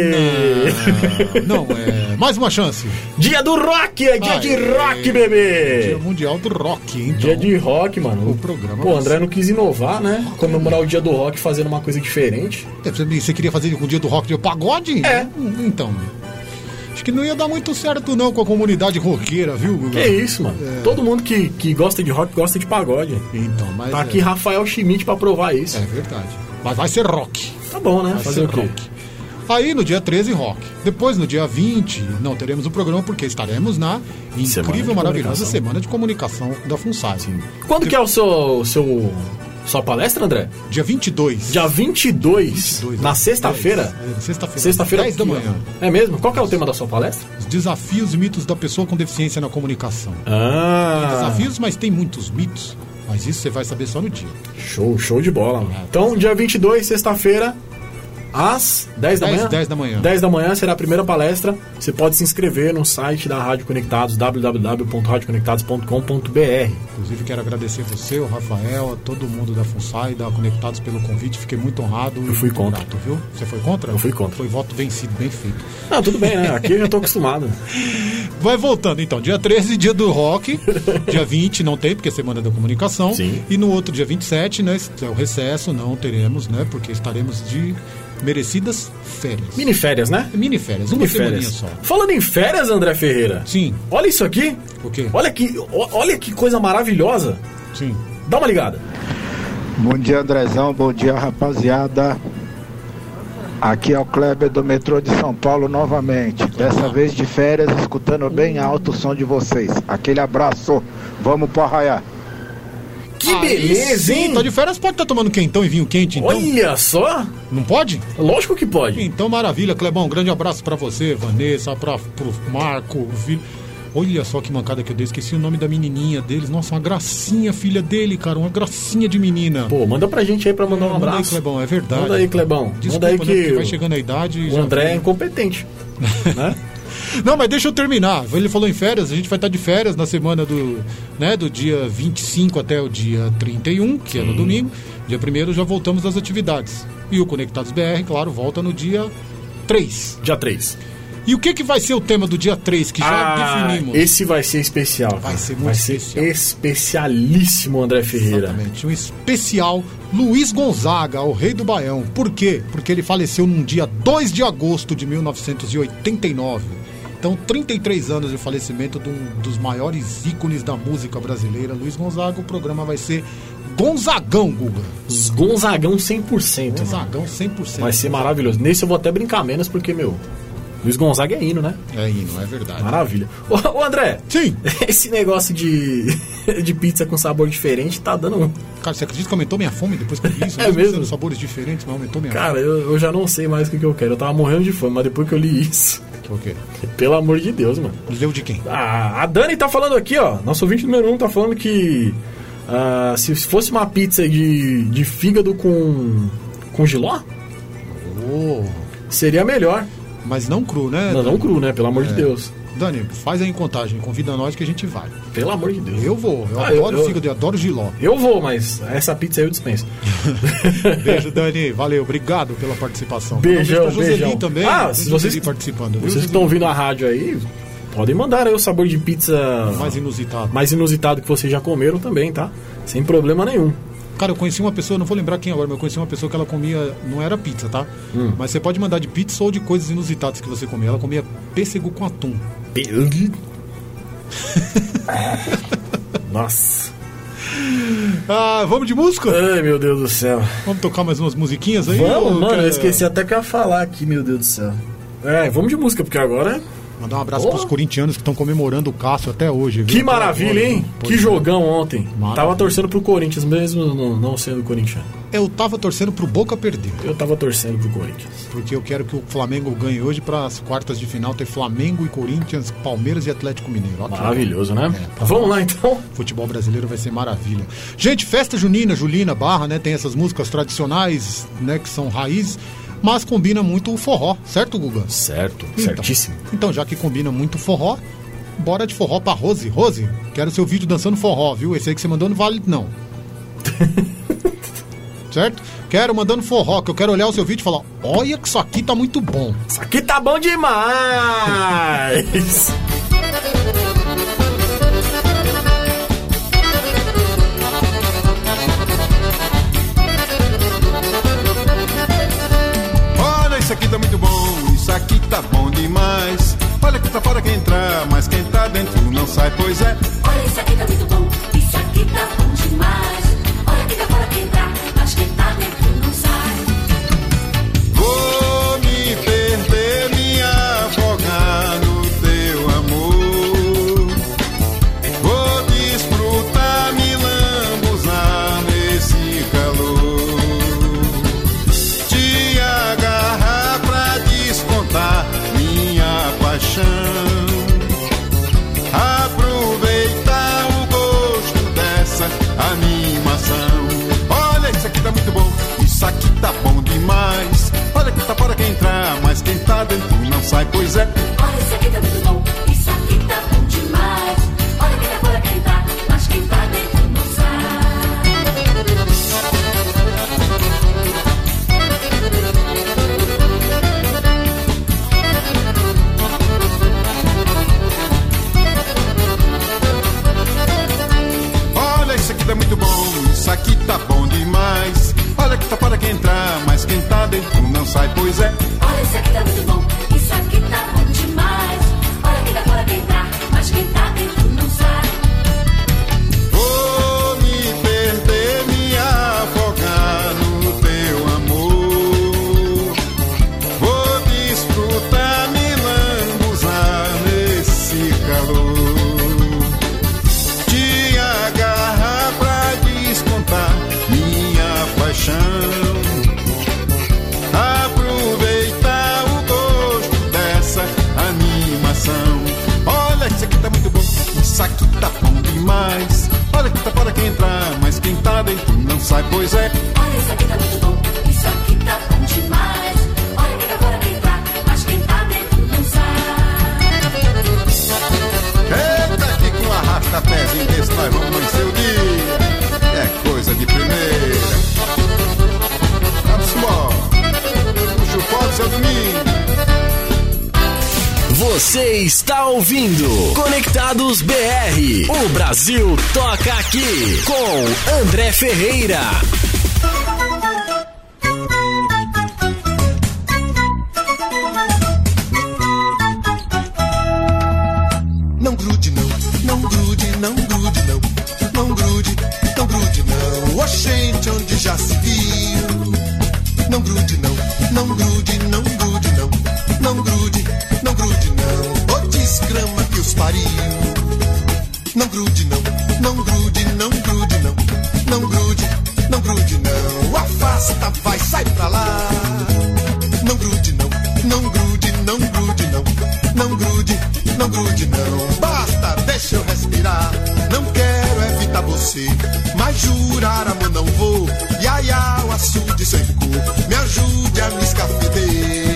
Não, é... Mais uma chance. Dia do Rock! É dia Aê. de rock, bebê! Dia Mundial do Rock, então. Dia de rock, mano. O programa Pô, vai André ser- não quis inovar, né? Comemorar o dia do rock fazendo uma coisa diferente. Você queria fazer com o dia do rock de pagode? É. Então... Acho que não ia dar muito certo não com a comunidade roqueira, viu, Guga? Que isso, mano. Todo mundo que, que gosta de rock gosta de pagode. Então, mas Tá é, aqui Rafael Schmidt pra provar isso. é verdade. Mas vai ser rock. Tá bom, né? Vai Fazer ser o quê? rock. Aí no dia treze, rock. Depois, no dia vinte, não teremos o programa porque estaremos na Semana incrível, de maravilhosa comunicação. Semana de Comunicação da FUNSAI. Quando que é o seu, seu sua palestra, André? Dia vinte e dois. Dia vinte e dois, vinte e dois, na né? sexta-feira? dez, é, Sexta-feira. Sexta-feira dez da aqui, manhã. ó. É mesmo? Qual que é o tema da sua palestra? Os desafios e mitos da pessoa com deficiência na comunicação. Ah, Desafios, mas tem muitos mitos. Mas isso você vai saber só no dia. show, show de bola, mano. Então, dia vinte e dois, sexta-feira, às dez da dez, manhã? dez da manhã. dez da manhã será a primeira palestra. Você pode se inscrever no site da Rádio Conectados, w w w ponto rádio conectados ponto com ponto b r. Inclusive, quero agradecer você, o Rafael, a todo mundo da FUNSAI, da Conectados pelo convite. Fiquei muito honrado. Eu fui e muito contra. grato, viu? Você foi contra? Eu fui contra. Foi voto vencido, bem feito. Não, tudo bem, né? Aqui eu já tô acostumado. Vai voltando, então. Dia treze, dia do rock. Dia vinte, não tem, porque é Semana da Comunicação. Sim. E no outro, dia vinte e sete, né? É o recesso, não teremos, né? Porque estaremos de merecidas férias. Mini férias, né? Mini férias, uma Mini semaninha férias. só. Falando em férias, André Ferreira. Sim. Olha isso aqui. O quê? Olha que, o- olha que coisa maravilhosa. Sim. Dá uma ligada. Bom dia, Andrezão. Bom dia, rapaziada. Aqui é o Kleber do metrô de São Paulo novamente. Dessa vez de férias, escutando bem alto o som de vocês. Aquele abraço. Vamos pro arraiá. Que Aí beleza, sim, hein? Tô de férias, pode estar tomando quentão e vinho quente, então? Olha só. Não pode? Lógico que pode. Então, maravilha, Clebão. Um grande abraço pra você, Vanessa, pra, pro Marco, o filho. Olha só que mancada que eu dei. Esqueci o nome da menininha deles. Nossa, uma gracinha, filha dele, cara. Uma gracinha de menina. Pô, manda pra gente aí pra mandar um Manda aí, abraço. Clebão, é verdade. Manda aí, Clebão. Desculpa, Manda aí né, que porque vai chegando a idade... e o já- André é incompetente. Né? Não, mas deixa eu terminar. Ele falou em férias, a gente vai estar de férias na semana do, né, do dia vinte e cinco até o dia trinta e um, que é no domingo. Dia primeiro já voltamos às atividades. E o Conectados B R, claro, volta no dia três. Dia três. E o que, que vai ser o tema do dia três, que já ah, definimos? Esse vai ser especial. Vai cara. ser muito vai especial. Ser especialíssimo, André Ferreira. Exatamente. Um especial Luiz Gonzaga, o rei do Baião. Por quê? Porque ele faleceu num dia dois de agosto de mil novecentos e oitenta e nove. Então, trinta e três anos de falecimento de um dos maiores ícones da música brasileira, Luiz Gonzaga. O programa vai ser Gonzagão, Guga. Os Gonzagão cem por cento. Gonzagão mano. cem por cento. Vai ser maravilhoso. Nesse eu vou até brincar menos, porque, meu... Luiz Gonzaga é hino, né? É hino, é verdade. Maravilha. Ô, ô André. Sim. Esse negócio de, de pizza com sabor diferente tá dando... Cara, você acredita que aumentou minha fome depois que eu vi isso? É mesmo? Sabores diferentes, mas aumentou minha Cara, fome. Cara, eu, eu já não sei mais o que, que eu quero. Eu tava morrendo de fome, mas depois que eu li isso... O quê? Pelo amor de Deus, mano. Leu de quem? Ah, a Dani tá falando aqui, ó. Nosso ouvinte número um tá falando que... Uh, se fosse uma pizza de, de fígado com... Com jiló? Oh. Seria melhor. Mas não cru, né? Não, não cru, né? Pelo amor é. de Deus. Dani, faz aí em contagem, convida nós que a gente vai. Pelo amor de Deus. Eu vou, eu ah, adoro eu, fígado, eu adoro giló. Eu vou, mas essa pizza aí eu dispenso. Beijo, Dani, valeu, obrigado pela participação. Beijão, um beijo beijão. também. Ah, se vocês participando, viu? Vocês estão ouvindo a rádio aí, podem mandar aí o sabor de pizza mais inusitado. Mais inusitado que vocês já comeram também, tá? Sem problema nenhum. Cara, eu conheci uma pessoa, não vou lembrar quem agora, mas eu conheci uma pessoa que ela comia, não era pizza, tá? Hum. Mas você pode mandar de pizza ou de coisas inusitadas que você comia. Ela comia pêssego com atum. Nossa. Ah, vamos de música? Ai, meu Deus do céu. Vamos tocar mais umas musiquinhas aí? Vamos, mano, quer... eu esqueci até que eu ia falar aqui, meu Deus do céu. É, vamos de música, porque agora... Mandar um abraço oh. pros corintianos que estão comemorando o Cássio até hoje. Viu? Que maravilha, hein? Pô, que jogão ontem. Maravilha. Tava torcendo pro Corinthians, mesmo não, não sendo corintiano. Eu tava torcendo pro Boca perder. Eu tava torcendo pro Corinthians. Porque eu quero que o Flamengo ganhe hoje para as quartas de final ter Flamengo e Corinthians, Palmeiras e Atlético Mineiro. Aqui, maravilhoso, né? É, tá Vamos lá, então. Futebol brasileiro vai ser maravilha. Gente, festa junina, Julina, Barra, né? Tem essas músicas tradicionais, né? Que são raízes. Mas combina muito o forró, certo, Guga? Certo, então, certíssimo. Então, já que combina muito forró, bora de forró pra Rose. Rose, quero seu vídeo dançando forró, viu? Esse aí que você mandou não vale, não. Certo? Quero mandando forró, que eu quero olhar o seu vídeo e falar: olha que isso aqui tá muito bom. Isso aqui tá bom demais! Isso aqui tá muito bom, isso aqui tá bom demais. Olha que tá fora quem entrar, mas quem tá dentro não sai, pois é. Olha, isso aqui tá muito bom, isso aqui tá bom demais. Olha que tá fora quem entrar, mas quem tá dentro não sai. Vou me perder, me afogar no teu amor. Vou desfrutar, me lambuzar nesse calor. Te agarrar pra descontar minha paixão. Aproveitar o gosto dessa animação. Olha, isso aqui tá muito bom, isso aqui tá bom demais. Olha que tá fora quem entrar, mas quem tá dentro não sai, pois é. Olha, isso aqui tá muito bom, isso aqui tá bom demais. Olha que tá fora quem entrar, mas quem tá dentro não sai. Isso aqui tá muito bom, isso aqui tá bom demais. Olha que tá fora quem entrar, mas quem tá dentro não sai, pois é. Olha, isso aqui tá muito bom, isso aqui tá bom demais. Olha que tá fora quem entrar, mas quem tá dentro não sai. Vou me perder, me afogar no teu amor. Vou desfrutar, me lambuzar nesse calor. Te agarrar pra descontar minha paixão. Aproveitar o gosto dessa animação. Olha, isso aqui tá muito bom, isso aqui tá bom demais. Olha que tá fora quem entrar, mas quem tá dentro não sai, pois é. Olha, isso aqui tá muito bom, isso aqui tá bom demais. Olha que tá fora quem entrar, mas quem tá dentro não sai. Eita, que com arrasta-pézinho desse nós vamos amanhecer o dia. É coisa de primeira. Vamos embora. Puxa o pó do seu domingo. Você está ouvindo Conectados B R. O Brasil toca aqui com André Ferreira. Não grude não, não grude, não grude não, não grude, não grude não. Oxente, onde já se viu? Não grude não, não grude, não grude não, não grude, não grude não. Ô desgrama que os pariu. Não grude não, não grude, não grude não, não grude, não grude não. Afasta, vai, sai pra lá. Não grude não, não grude, não grude não, não grude, não grude não. Basta, deixa eu respirar. Não quero evitar você, mas jurar amor não vou. Iaia, o açude secou, me ajude a me escafeder.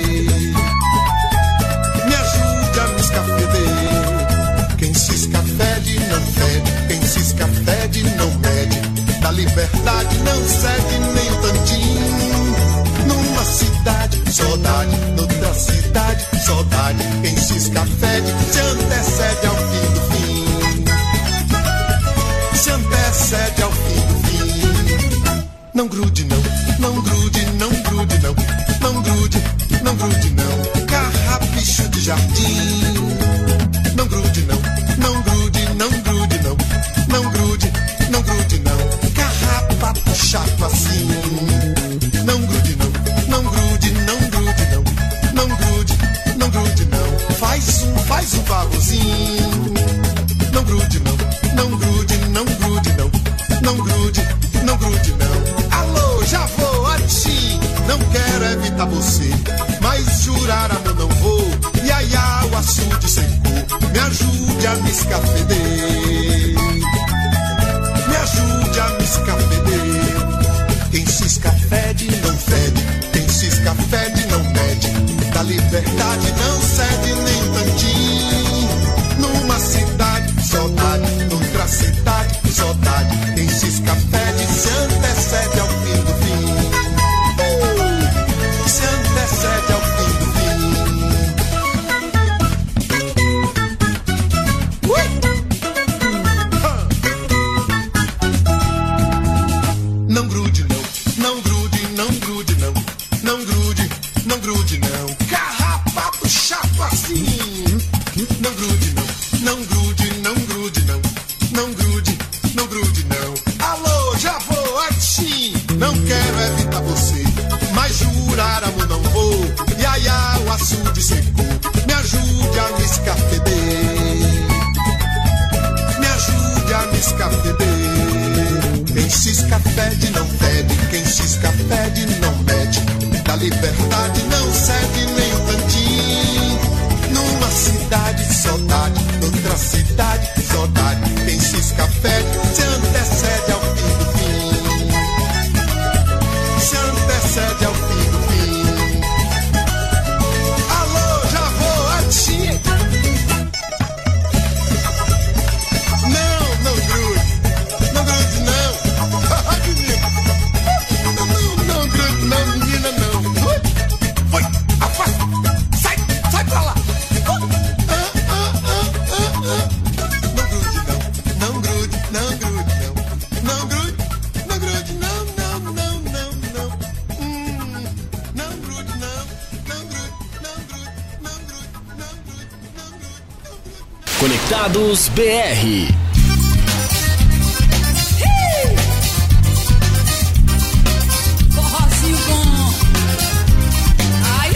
Me ajude a me escafeder. Quem se escafede não fede, quem se escafede não mede. Da liberdade não cede nem um tantinho. Numa cidade, saudade, noutra cidade, saudade. Quem se escafede se antecede ao fim do fim. Se antecede ao fim do fim. Não grude não, não grude, não grude não, não grude, não grude não. Carrapicho de jardim. Não grude não, não grude, não grude não, não grude, não grude não. Carrapato chato assim. Não grude não, não grude, não grude não, não grude, não grude não. Faz um, faz um favorzinho. Não grude não, não grude, não grude não, não grude, não grude não. Alô, já vou, ati. Não quero evitar você, mas jurar amor não vou. Iaia, o açude secou, me ajude a me escafeder. Me ajude a me escafeder. Quem se escafede não fede, quem se escafede não mede. Da liberdade não cede nem um tantinho. Numa cidade, saudade, noutra cidade, saudade. Quem se escafede se antecede ao fim do fim. Uh, se antecede ao fim do fim. Ui. Não grude não, não grude, não grude não, não grude, não grude não. Carrapato chato assim. Não grude não, não grude, não grude não, não grude, não grude não. Alô, já vou, ati. Não quero evitar você, mas jurar amor não vou. Iaia, o açude secou, me ajude a me escafeder. Me ajude a me escafeder. Quem se escafede não fede, quem se escafede não mede. Da liberdade não cede nem um tantinho. Numa cidade, saudade, noutra cidade, saudade. Quem se escafede se antecede ao fim do fim. Se antecede ao fim do fim. Alô, já vou, ati. Não, não grude, não grude não. Não, não grude não, menina não. Oi, afasta, sai, sai pra lá. Não grude, não grude, não. Não grude, não grude, não, não, não, não, não. Hum, não grude, não, não grude, não grude, não grude, não grude, não grude, não grude. Conectados B R. Forrozinho bom. Ai.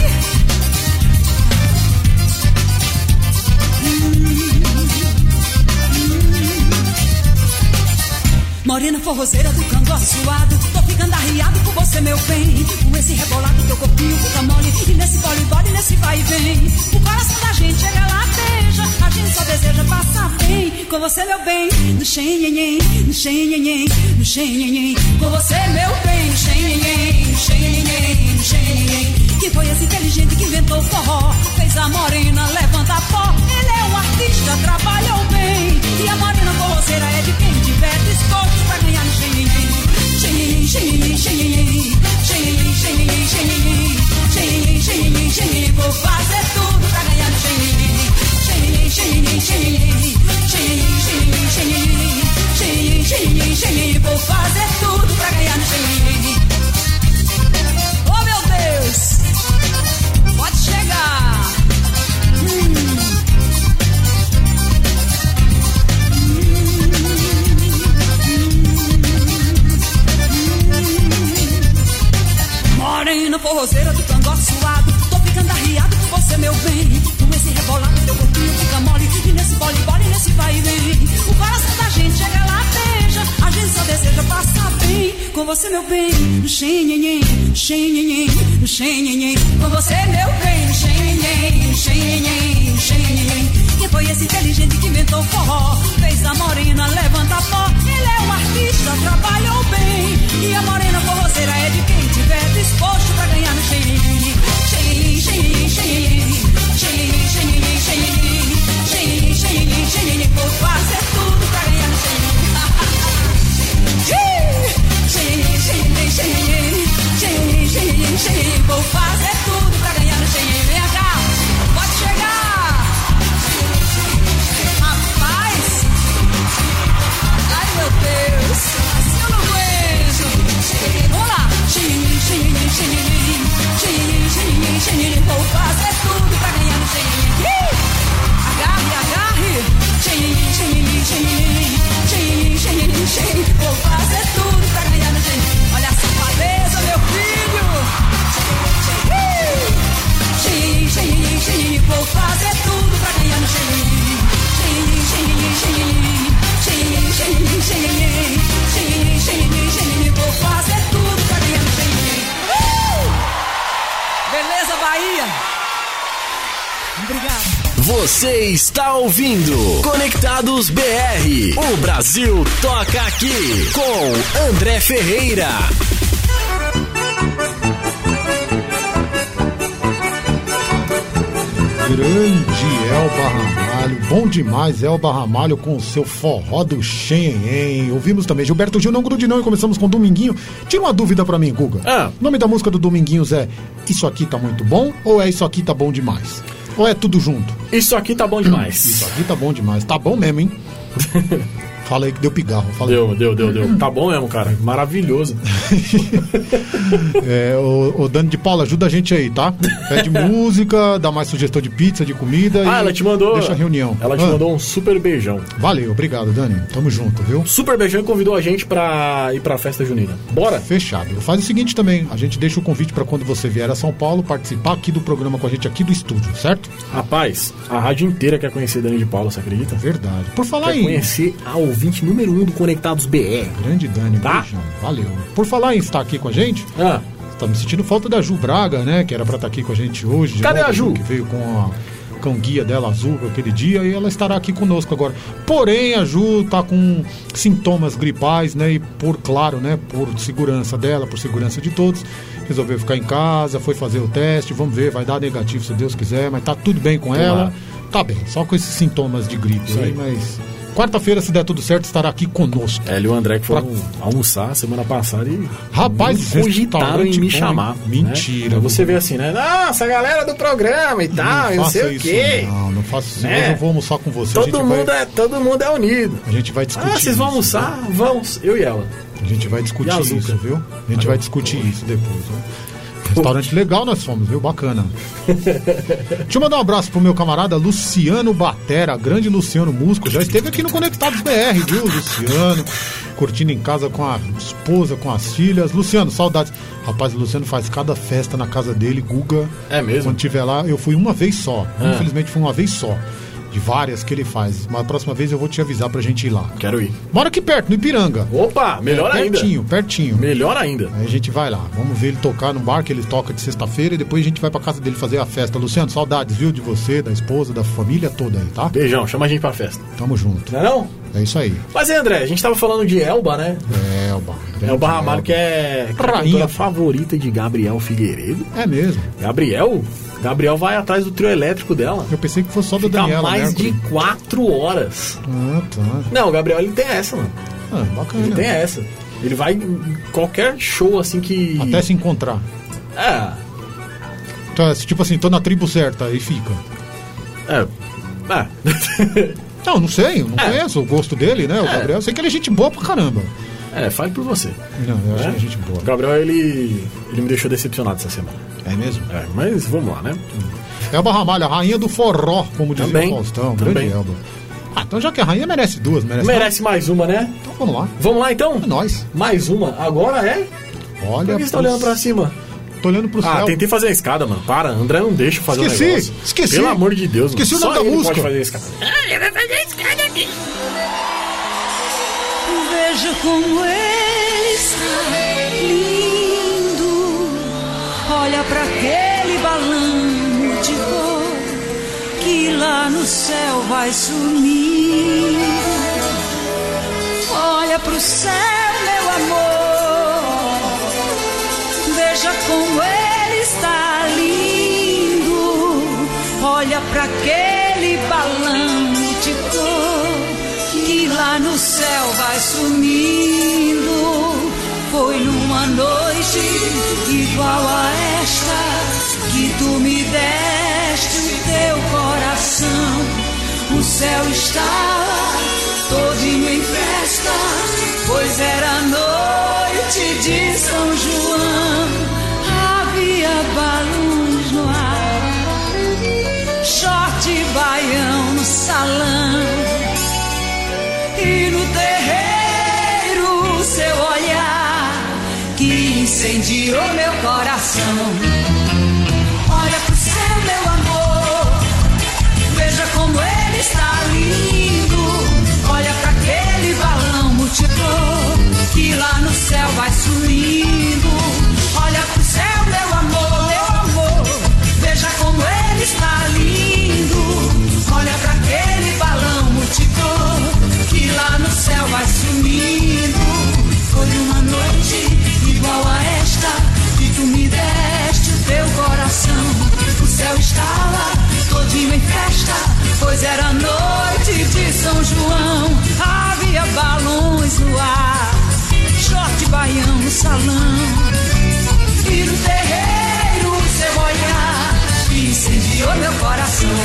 Morena forrozeira do canto suado, tô ficando arriado por você, meu bem. Com esse rebolado, teu corpinho fica mole. E nesse vole-vole, nesse vai e vem. O coração da gente chega lateja, a gente só deseja passar bem. Com você, meu bem, no xenhenhen, no xenhenhen, no xenhenhen. Com você, meu bem, no xenhenhen, no xenhenhen, no xenhenhen. Que foi esse inteligente que inventou o forró, fez a morena levantar pó. Ele é um artista, trabalhou bem. E a morena forrozeira é de quem tiver disposto pra ganhar no xenhenhen. Xenhenhen, xenhenhen, xenhenhen, xenhenhen, xenhenhen, xenhenhen, xenhenhen, xenhenhen, xenhenhen. Vou fazer tudo pra ganhar no xenhenhen. você, meu bem, no xenhenhen, xenhenhen, no xenhenhen. Com você, meu bem, no xenhenhen, xenhenhen, xenhenhen. Quem foi esse inteligente que inventou forró? Fez a morena levantar pó. Ele é um artista, trabalhou bem. E a morena forrozeira é de quem tiver disposto pra ganhar no xenhenhen. Xenhenhen, xenhenhen, xenhenhen, xenhenhen, xenhenhen, xenhenhen, xenhenhen, xenhenhen, xenhenhen. Vou fazer tudo pra ganhar no xenhenhen. Xenhenhen, xenhenhen, xenhenhen, xenhenhen, xenhenhen, xenhenhen. Vou fazer tudo pra ganhar no xenhenhen. Vem cá, pode chegar. Rapaz, ai meu Deus, assim eu não aguento. Vamos lá. Xenhenhen, xenhenhen, xenhenhen, xenhenhen, xenhenhen, xenhenhen. Vou fazer tudo pra ganhar no xenhenhen. Agarre, agarre. Xenhenhen, xenhenhen, xenhenhen, xenhenhen, xenhenhen, xenhenhen. Vou fazer tudo pra ganhar no xenhenhen. Olha a safadeza, meu filho. Xenhenhen, xenhenhen, xenhenhen. Vou fazer tudo pra ganhar no xenhenhen. Xenhenhen, xenhenhen, xenhenhen, xenhenhen, xenhenhen, xenhenhen, xenhenhen, xenhenhen, xenhenhen. Vou fazer tudo pra ganhar no xenhenhen. Beleza, Bahia? Obrigado. Você está ouvindo Conectados B R. O Brasil toca aqui com André Ferreira. Grande Elba Ramalho, bom demais Elba Ramalho com o seu forró do Xenhenhen. Ouvimos também Gilberto Gil, não grude não, e começamos com Dominguinho. Tira uma dúvida pra mim, Guga. Ah. O nome da música do Dominguinhos é Isso Aqui Tá Muito Bom ou é Isso Aqui Tá Bom Demais? Ou é tudo junto? Isso aqui tá bom demais. Isso aqui tá bom demais. Tá bom mesmo, hein? Fala aí que deu pigarro. Fala deu, aí. deu, deu, deu. Tá bom mesmo, cara. Maravilhoso. é, o, o Dani de Paula, ajuda a gente aí, tá? Pede música, dá mais sugestão de pizza, de comida. Ah, e ela te mandou. Deixa a reunião. Ela te ah. mandou um super beijão. Valeu, obrigado, Dani. Tamo junto, viu? Super beijão e convidou a gente pra ir pra festa junina. Bora? Fechado. Faz o seguinte também, a gente deixa o convite pra quando você vier a São Paulo participar aqui do programa com a gente aqui do estúdio, certo? Rapaz, a rádio inteira quer conhecer Dani de Paula, você acredita? Verdade. Por falar quer em... conhecer a ouvinte número um do Conectados B R. Grande Dani, tá? Beijão. Valeu. Por falar em estar aqui com a gente, ah. tá me sentindo falta da Ju Braga, né? Que era pra estar aqui com a gente hoje. Cadê novo, a Ju? Que veio com a cão-guia dela azul aquele dia e ela estará aqui conosco agora. Porém, a Ju tá com sintomas gripais, né? E por, claro, né? Por segurança dela, por segurança de todos, resolveu ficar em casa, foi fazer o teste, vamos ver, vai dar negativo se Deus quiser, mas tá tudo bem com ela. Tá bem, só com esses sintomas de gripe aí, mas... Quarta-feira, se der tudo certo, estará aqui conosco. É, ele e o André que foram pra... almoçar semana passada e... Rapaz, cogitaram em me chamar. Mentira. Né? Você vê assim, né? Nossa, a galera do programa e tal, não, não sei o quê. Não, não faço isso. É. Eu vou almoçar com você. Todo mundo, vai... é, todo mundo é unido. A gente vai discutir. Ah, vocês vão isso, almoçar? Viu? Vamos, eu e ela. A gente vai discutir isso, viu? A gente vai discutir isso depois, viu? Restaurante legal nós fomos, viu? Bacana. Deixa eu mandar um abraço pro meu camarada Luciano Batera, grande Luciano músico, já esteve aqui no Conectados B R, viu? Luciano, curtindo em casa com a esposa, com as filhas. Luciano, saudades. Rapaz, o Luciano faz cada festa na casa dele, Guga. É mesmo? Quando tiver lá, eu fui uma vez só. Ah. Infelizmente foi uma vez só. De várias que ele faz. Mas a próxima vez eu vou te avisar pra gente ir lá. Quero ir. Mora aqui perto, no Ipiranga. Opa, melhor é, ainda. Pertinho, pertinho. Melhor ainda. Aí a gente vai lá. Vamos ver ele tocar no bar que ele toca de sexta-feira e depois a gente vai pra casa dele fazer a festa. Luciano, saudades, viu? De você, da esposa, da família toda aí, tá? Beijão, chama a gente pra festa. Tamo junto. Não é não? É isso aí. Mas é, André, a gente tava falando de Elba, né? Elba. Elba Ramalho, que é a cantora favorita de Gabriel Figueiredo. É mesmo. Gabriel... Gabriel vai atrás do trio elétrico dela. Eu pensei que fosse só da Fica Daniela mais Mercury. de quatro horas. Ah, tá. Não, o Gabriel, ele tem essa, mano. Ah, bacana. Ele tem essa. Ele vai em qualquer show, assim, que... Até se encontrar. É. Então, tipo assim, tô na tribo certa e fica. É. É. Não, não sei, eu não É. conheço o gosto dele, né? O É. Gabriel, eu sei que ele é gente boa pra caramba. É, fale por você. Não, eu acho É? que é gente boa. O Gabriel, ele, ele me deixou decepcionado essa semana. É mesmo? É, mas vamos lá, né? Elba Ramalho, a rainha do forró, como dizia Também. o Faustão. Também. Grande Elba. Ah, então já que a rainha merece duas, merece Merece mais uma, né? Então vamos lá. Vamos lá, então? É nóis. Mais uma. Agora é? Olha. Por que você tá olhando pra cima? Tô olhando pro Ah, céu. tentei fazer a escada, mano. Para, André não deixa eu fazer Esqueci, um negócio. esqueci. Pelo amor de Deus, Esqueci mano. o nome Só da ele música. pode fazer a escada. Ah, ele vai fazer a escada aqui. Veja como ele está lindo. Olha pra aquele balão de cor que lá no céu vai sumir. Olha pro céu, meu amor, veja como ele está lindo. Olha pra aquele balão de cor que lá no céu vai sumindo. Foi numa noite igual a esta que tu me deste o teu coração. O céu estava todinho em festa, pois era noite de São João. Havia balões no ar, short e baião no salão, e no terreiro seu olhar que incendiou meu coração. Olha pro céu, meu amor, veja como ele está lindo. Olha pra aquele balão multicor que lá no céu vai sumindo. Olha pro céu, meu amor, meu amor, veja como ele está lindo. Olha pra aquele balão multicor que lá no céu vai sumindo. Foi uma noite igual a esta que tu me deste o teu coração. O céu estava todinho em festa, pois era noite de São João. Havia balões no ar, short e baião no salão, e no terreiro seu olhar que incendiou meu coração.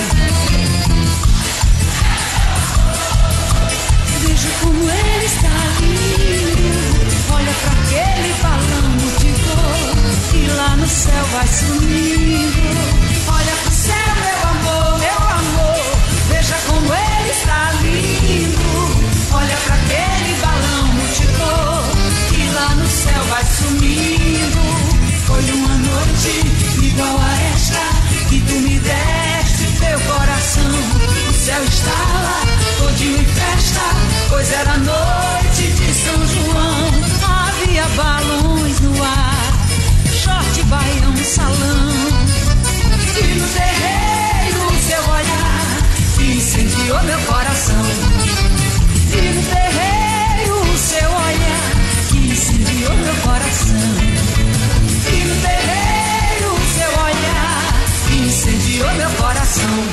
Veja como ele está lindo. Olha pra aquele balão de cor que lá no céu vai sumindo. Olha pro céu, meu amor, meu amor, veja como ele está lindo. Olha pra aquele balão multicor que lá no céu vai sumindo. Foi uma noite igual a esta que tu me deste teu coração. O céu estava todinho em festa, pois era noite de São João. Havia balões no ar, short e baião no salão, e no terreiro seu olhar que incendiou meu coração. E no terreiro seu olhar que incendiou meu coração. E no terreiro seu olhar que incendiou meu coração.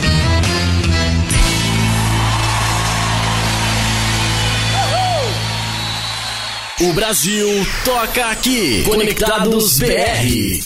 O Brasil toca aqui. Conectados B R.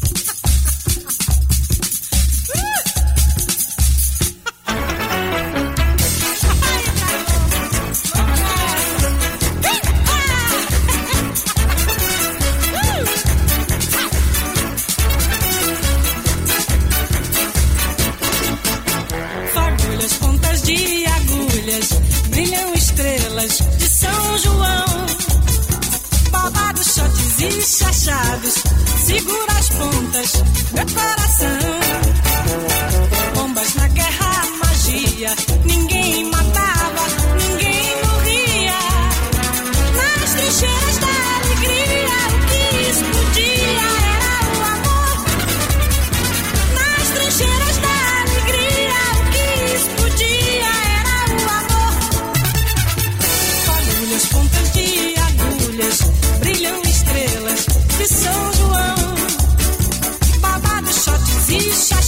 Fagulhas, pontas de agulhas, brilham estrelas de São João. Babados, shots e chachados, segura as pontas, meu coração. Bombas na guerra, magia, ninguém matava, ninguém morria. Nas trincheiras da alegria, o que explodia era o amor. Nas trincheiras da alegria, o que explodia era o amor. Fagulhas, pontas de agulhas, brilham estrelas de São João. Babados, shots e chachados,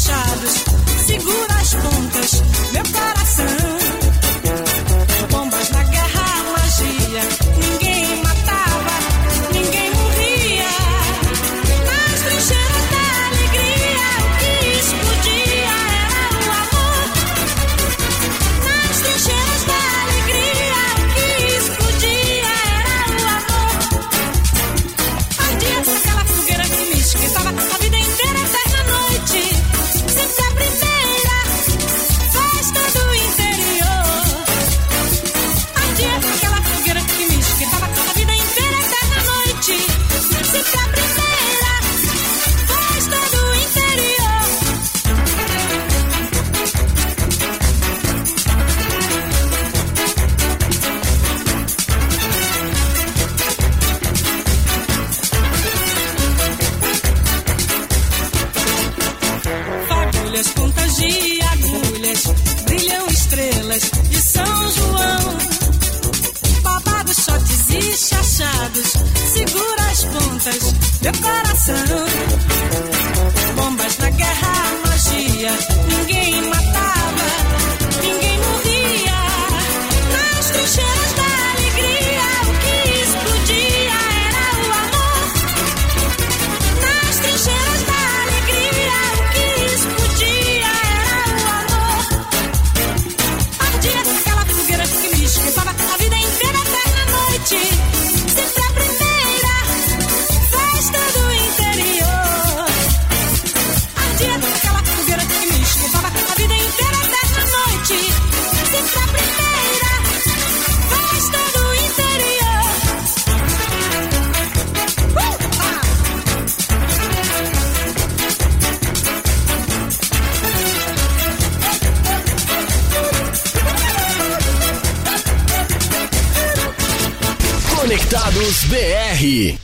Conectados B R.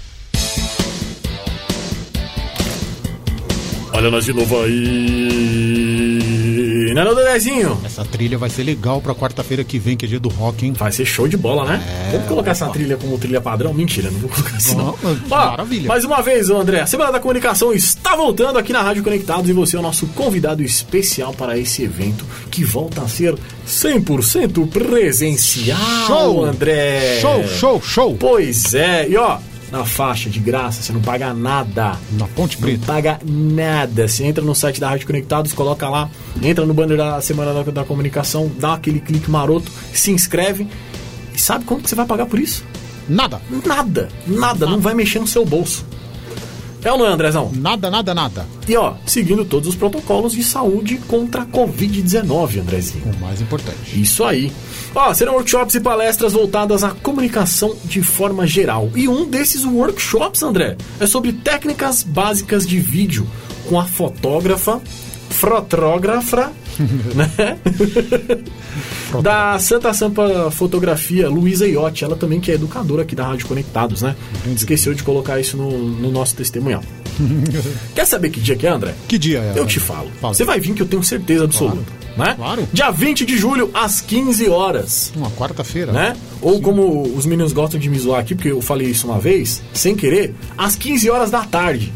Olha nós de novo aí. Não é não, Dedezinho? Essa trilha vai ser legal pra quarta-feira que vem, que é dia do rock, hein? Vai ser show de bola, né? É, Vamos colocar opa. essa trilha como trilha padrão? Mentira, não vou colocar isso não. Não, Ó, maravilha. Mais uma vez, ô André, a Semana da Comunicação está voltando aqui na Rádio Conectados e você é o nosso convidado especial para esse evento que volta a ser cem por cento presencial, Show! André. Show, show, show! Pois é, e ó, na faixa de graça, você não paga nada. Na Ponte Não Preta. paga nada. Você entra no site da Rádio Conectados, coloca lá, entra no banner da Semana da, da Comunicação, dá aquele clique maroto, se inscreve. E sabe quanto que você vai pagar por isso? Nada. Nada, nada, não vai mexer no seu bolso. É ou não é, Andrezão? Nada, nada, nada. E ó, seguindo todos os protocolos de saúde contra a covid dezenove, Andrezinho. O mais importante. Isso aí. Ó, serão workshops e palestras voltadas à comunicação de forma geral. E um desses workshops, André, é sobre técnicas básicas de vídeo com a fotógrafa, fotógrafa, né? Da Santa Sampa Fotografia, Luísa Iotti, ela também que é educadora aqui da Rádio Conectados, né? Esqueceu de colocar isso no, no nosso testemunhal. Quer saber que dia que é, André? Que dia é? Eu te falo. Fala. Você vai vir que eu tenho certeza absoluta, Claro. né? Claro. Dia vinte de julho, às quinze horas. Uma quarta-feira. Né? Ou como os meninos gostam de me zoar aqui, porque eu falei isso uma vez, sem querer, às quinze horas da tarde.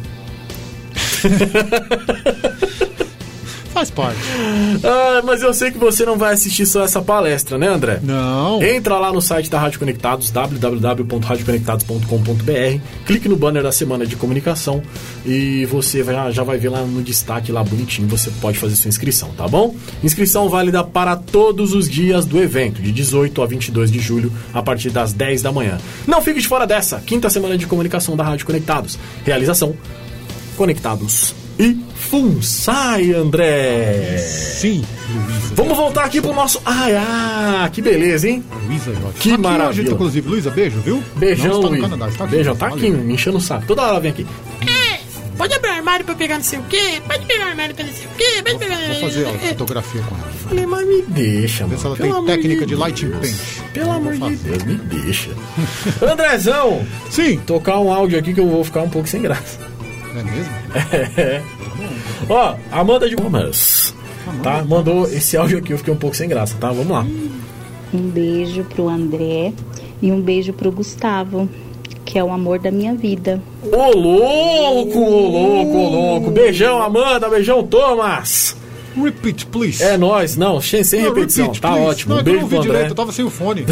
Faz parte. Ah, mas eu sei que você não vai assistir só essa palestra, né, André? Não. Entra lá no site da Rádio Conectados, w w w ponto rádio conectados ponto com ponto b r, clique no banner da Semana de Comunicação e você vai, já vai ver lá no destaque, lá bonitinho, você pode fazer sua inscrição, tá bom? Inscrição válida para todos os dias do evento, de dezoito a vinte e dois de julho, a partir das dez da manhã. Não fique de fora dessa, quinta Semana de Comunicação da Rádio Conectados. Realização Conectados e FUNSAI, André. Sim, Luísa. Vamos voltar aqui pro nosso... Ai, ah, que beleza, hein? Luísa Iotti. Que Tá aqui maravilha. hoje, inclusive. Luísa, beijo, viu? Beijão, Não está no Luiz. Canadá, está aqui. Beijão, tá aqui, Valeu. me enchendo o saco. Toda hora ela vem aqui. É, pode abrir o armário pra pegar não sei o quê, pode pegar o armário pra não sei o quê, pode pegar... Vou fazer a fotografia com ela. Falei, mas me deixa, Vê mano. se ela Pelo tem amor técnica de Deus. lighting paint. Pelo amor de Deus, me deixa. Andrezão, Sim. tocar um áudio aqui que eu vou ficar um pouco sem graça. É mesmo? É. Ó, Amanda de Gomes, tá? Mandou esse áudio aqui, eu fiquei um pouco sem graça, tá? Vamos lá. Um beijo pro André e um beijo pro Gustavo, que é o amor da minha vida. Ô louco, ô louco, ô louco. Beijão, Amanda, beijão, Thomas. Repeat, please. É nóis, não, sem, sem Não, repetição, repeat, tá please. ótimo. Não, Um é que eu beijo não pro ouvi André. direito, eu tava sem o fone.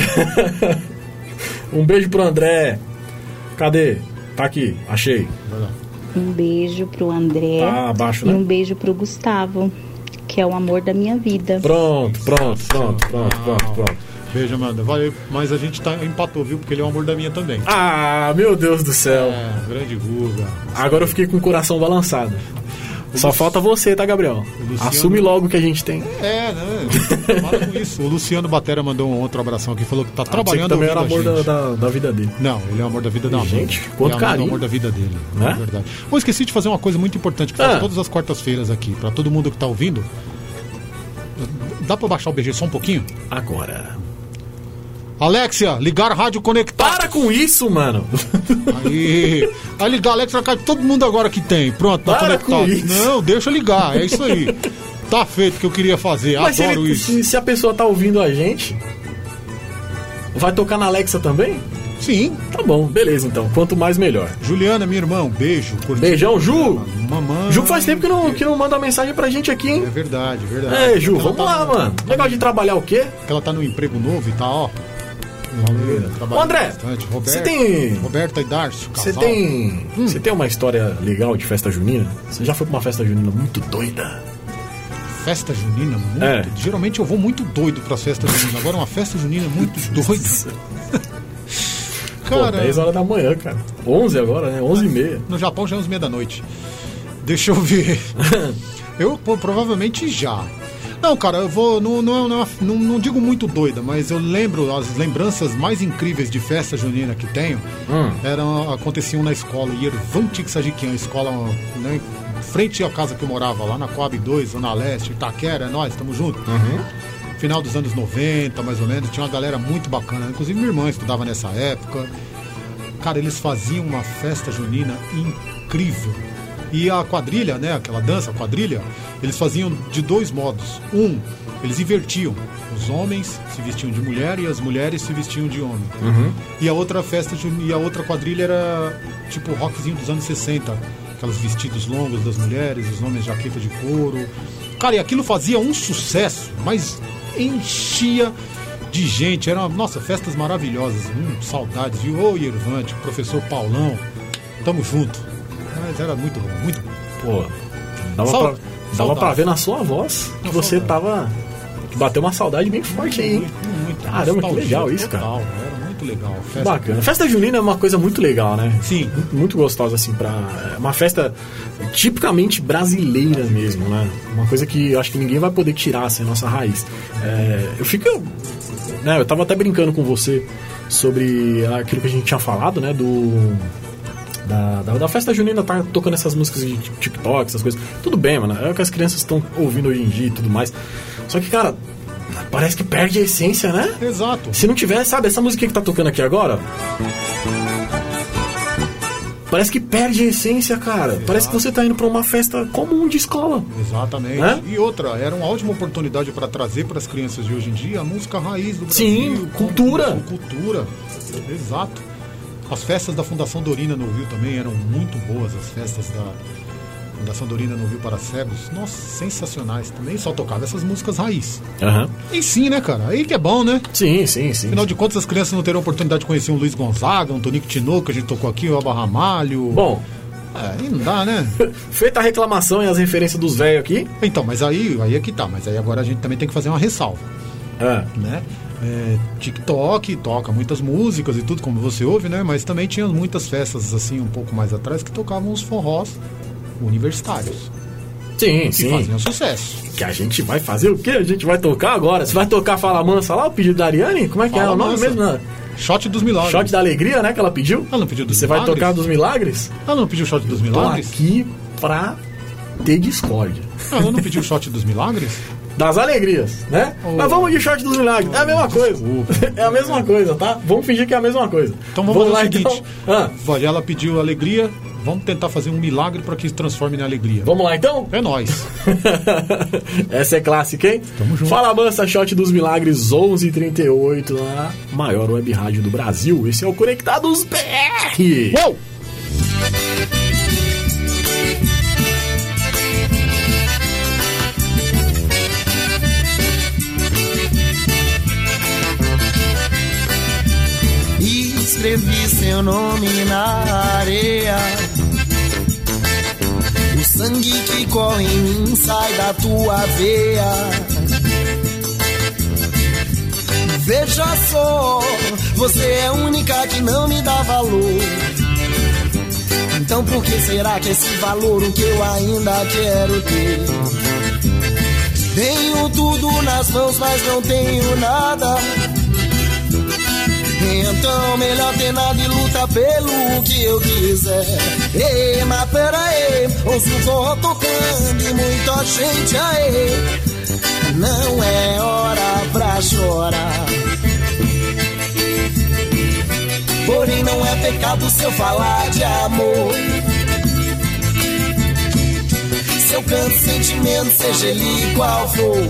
Um beijo pro André. Cadê? Tá aqui, achei. Um beijo pro André Tá abaixo, e né? um beijo pro Gustavo, que é o amor da minha vida. Pronto, pronto, pronto, pronto, pronto, pronto. Beijo, Amanda. Valeu. Mas a gente tá, empatou, viu? Porque ele é o amor da minha também. Ah, meu Deus do céu. É, grande Guga. Agora eu fiquei com o coração balançado. Só falta você, tá, Gabriel? Luciano- Assume logo que a gente tem. É, né? Para com isso. O Luciano Batera mandou um outro abração aqui. Falou que tá Ah, trabalhando também era ouvindo amor a da, gente. da, da vida dele. Não, ele é o amor da vida da Amanda. Gente, quanto ele é carinho. o amor da vida dele. Né? É verdade. Pô, esqueci de fazer uma coisa muito importante que faz Ah. todas as quartas-feiras aqui. Pra todo mundo que tá ouvindo. Dá pra baixar o B G só um pouquinho? Agora. Alexia, ligar rádio conectado. Para com isso, mano. Aí, vai ligar, Alex, na casa de todo mundo agora que tem. Pronto, tá Para conectado. com isso. Não, deixa eu ligar, é isso aí. Tá feito o que eu queria fazer, Mas se, adoro ele- isso. se, se a pessoa tá ouvindo a gente, vai tocar na Alexa também? Sim. Tá bom, beleza então. Quanto mais, melhor. Juliana, minha irmã, um beijo. curti- Beijão, Ju. Mamãe. Ju faz tempo que não, que não manda mensagem pra gente aqui, hein? É verdade, verdade. É, Ju, Ela vamos tá lá, no- mano. Negócio de trabalhar o quê? Que ela tá no emprego novo e tá, ó. Ô, André, bastante. você Roberta, tem... Roberta e Darcio, Você casal. tem... Hum. Você tem uma história legal de festa junina? Você já foi pra uma festa junina muito doida? Festa junina muito. É. Geralmente eu vou muito doido pras festas juninas. Agora uma festa junina muito doida. Pô, dez horas da manhã, cara. onze agora, né? onze e meia. No Japão já é onze e meia da noite. Deixa eu ver. Eu pô, provavelmente já. Não, cara, eu vou. Não, não, não, não, não digo muito doida, mas eu lembro as lembranças mais incríveis de festa junina que tenho. Hum. Eram, aconteciam na escola Yervantik Sajikian, escola, né, em frente à casa que eu morava, lá na Coab dois, Zona Leste, Itaquera, é nóis, tamo junto. Uhum. Final dos anos noventa, mais ou menos, tinha uma galera muito bacana. Inclusive minha irmã estudava nessa época. Cara, eles faziam uma festa junina incrível. E a quadrilha, né, aquela dança, a quadrilha, eles faziam de dois modos. Um, eles invertiam. Os homens se vestiam de mulher e as mulheres se vestiam de homem. Uhum. E a outra festa, e a outra quadrilha era tipo rockzinho dos anos sessenta. Aqueles vestidos longos das mulheres, os homens jaqueta de couro. Cara, e aquilo fazia um sucesso, mas enchia de gente. Eram, nossa, festas maravilhosas. Hum, saudades, viu? Ô, Irvante, professor Paulão, tamo junto. Mas era muito bom, muito bom. Pô, dava, Sal... pra, dava pra ver na sua voz que você tava... Que bateu uma saudade bem forte aí, hein? Muito, muito. Caramba, que legal isso, total, cara. Era muito legal. Festa... Bacana. Festa junina é uma coisa muito legal, né? Sim. Muito, muito gostosa, assim, pra... É uma festa tipicamente brasileira mesmo, né? Uma coisa que eu acho que ninguém vai poder tirar, assim, a nossa raiz. É, eu fico... Né, eu tava até brincando com você sobre aquilo que a gente tinha falado, né? Do... Da, da, da festa junina, tá tocando essas músicas de TikTok, essas coisas. Tudo bem, mano. É o que as crianças estão ouvindo hoje em dia e tudo mais. Só que, cara, parece que perde a essência, né? Exato. Se não tiver, sabe, essa música que tá tocando aqui agora... Parece que perde a essência, cara. Exato. Parece que você tá indo pra uma festa comum de escola. Exatamente. É? E outra, era uma ótima oportunidade para trazer para as crianças de hoje em dia a música raiz do Brasil. Sim, cultura. Cultura. Exato. As festas da Fundação Dorina no Rio também eram muito boas. As festas da Fundação Dorina no Rio para Cegos. Nossa, sensacionais. Também só tocava essas músicas raiz. Aham. Uhum. E sim, né, cara? Aí que é bom, né? Sim, sim, sim. Afinal de contas, as crianças não terão a oportunidade de conhecer um Luiz Gonzaga, um Tonico Tinoco, que a gente tocou aqui, o Abba Ramalho. Bom... É, aí não dá, né? Feita a reclamação e as referências dos velhos aqui. Então, mas aí, aí é que tá. Mas aí agora a gente também tem que fazer uma ressalva. É. Né? É, TikTok toca muitas músicas e tudo, como você ouve, né? Mas também tinha muitas festas, assim, um pouco mais atrás, que tocavam os forrós universitários. Sim, que sim. faziam sucesso. Que a gente vai fazer o quê? A gente vai tocar agora? Você vai tocar Fala Mansa lá, o pedido da Ariane? Como é que Fala é o nome Mansa. mesmo? Né? Shot dos Milagres. Shot da Alegria, né? Que ela pediu? Ela não pediu dos Você Milagres? vai tocar dos Milagres? Ela não pediu Shot dos Milagres? Tô aqui pra ter discórdia. Ela não pediu Shot dos Milagres? Das alegrias, né? Oh. Mas vamos de Shot dos Milagres. Oh, é a mesma coisa. É a mesma coisa, tá? Vamos fingir que é a mesma coisa. Então vamos, vamos lá, o seguinte. Então. Ah. Ela pediu alegria. Vamos tentar fazer um milagre para que se transforme em alegria. Vamos lá, então? É nóis. Essa é clássica, hein? Tamo junto. Fala Mansa, Shot dos Milagres, onze e trinta e oito, na maior web rádio do Brasil. Esse é o Conectados B R. Uou! Escrevi seu nome na areia. O sangue que corre em mim sai da tua veia. Veja só, você é a única que não me dá valor. Então por que será que esse valor o que eu ainda quero ter? Tenho tudo nas mãos, mas não tenho nada. Então melhor ter nada e luta pelo que eu quiser. Ei, mas peraí, ouço o forró tocando e muita gente aí. Não é hora pra chorar. Porém não é pecado se eu falar de amor. Se eu canto sentimento, seja ele qual for.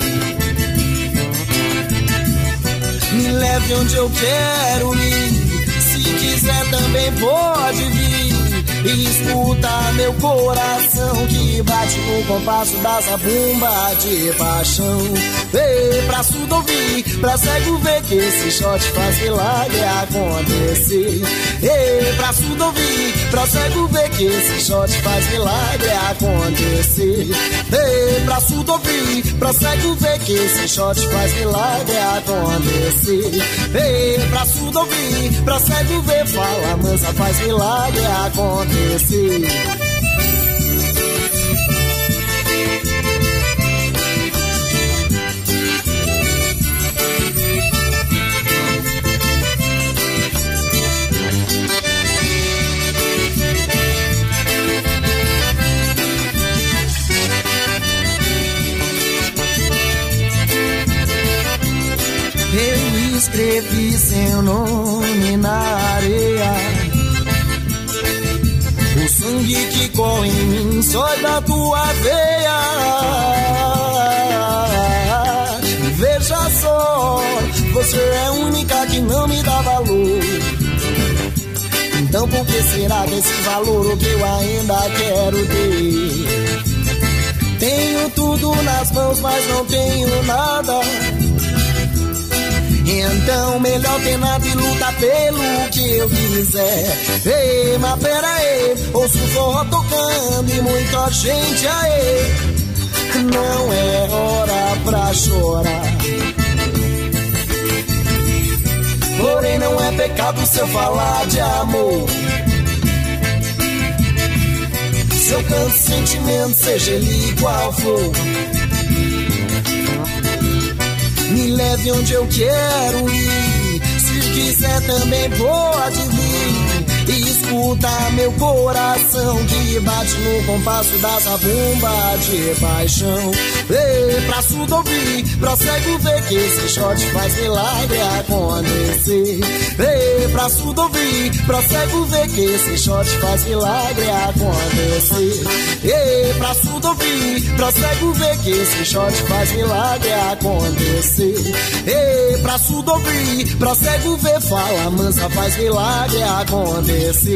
Me leve onde eu quero ir. Se quiser também pode vir. E escuta meu coração que bate no compasso da zabumba de paixão. Vê pra surdo ouvir, pra cego ver que esse shot faz milagre acontecer. Vê pra surdo ouvir, pra cego ver que esse shot faz milagre acontecer. Vê pra surdo ouvir, pra cego ver que esse shot faz milagre acontecer. Vê pra surdo ouvir, pra cego ver, Fala Mansa faz milagre acontecer. Eu escrevi seu nome na areia. sangue que corre em mim só é da tua veia. Veja só, você é a única que não me dá valor. Então por que será que esse valor o que eu ainda quero ter? Tenho tudo nas mãos, mas não tenho nada. Então melhor ter nada e lutar pelo que eu quiser. Ei, mas pera aí, ouço o forró tocando e muita gente aí. Não é hora pra chorar. Porém não é pecado se eu falar de amor. Se eu canto sentimento, seja ele qual for. Me leve onde eu quero ir. Se quiser também pode vir. E escuta meu coração que bate no compasso da zabumba de paixão. Ei, pra surdo ouvir, pra cego ver que esse shot faz milagre acontecer. Ei, pra surdo ouvir, pra cego ver que esse shot faz milagre acontecer. Ei, pra surdo ouvir, pra cego ver que esse shot faz milagre acontecer. Ei, pra surdo ouvir, pra cego ver, fala mansa, faz milagre acontecer.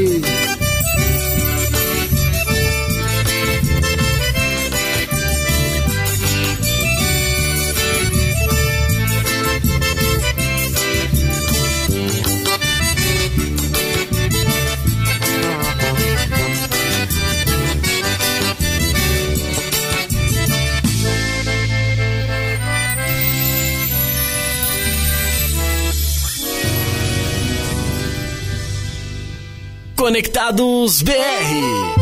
Conectados B R.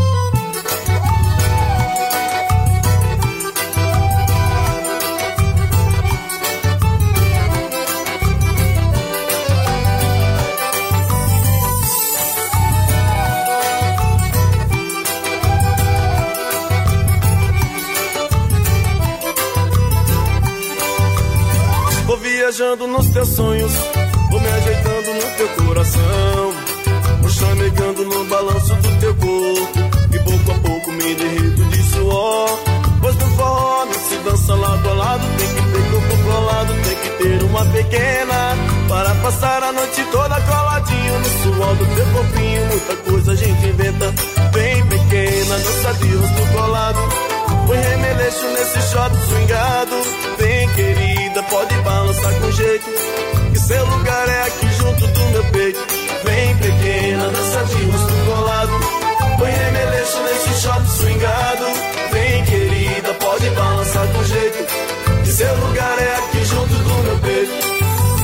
Vou viajando nos teus sonhos, vou me ajeitando no teu coração, vou chamegando no balanço do teu corpo, e pouco a pouco me derrito de suor. Pois no forró não se dança lado a lado, tem que ter corpo colado, tem que ter uma pequena, para passar a noite toda coladinho no suor do teu corpinho. Muita coisa a gente inventa, bem pequena, dança de rosto colado, põe remeleixo nesse shot swingado. Vem querida, pode balançar com jeito, que seu lugar é aqui junto do meu peito. Vem pequena, dança de rosto colado, põe remeleixo nesse shot swingado. Vem querida, pode balançar com jeito, que seu lugar é aqui junto do meu peito.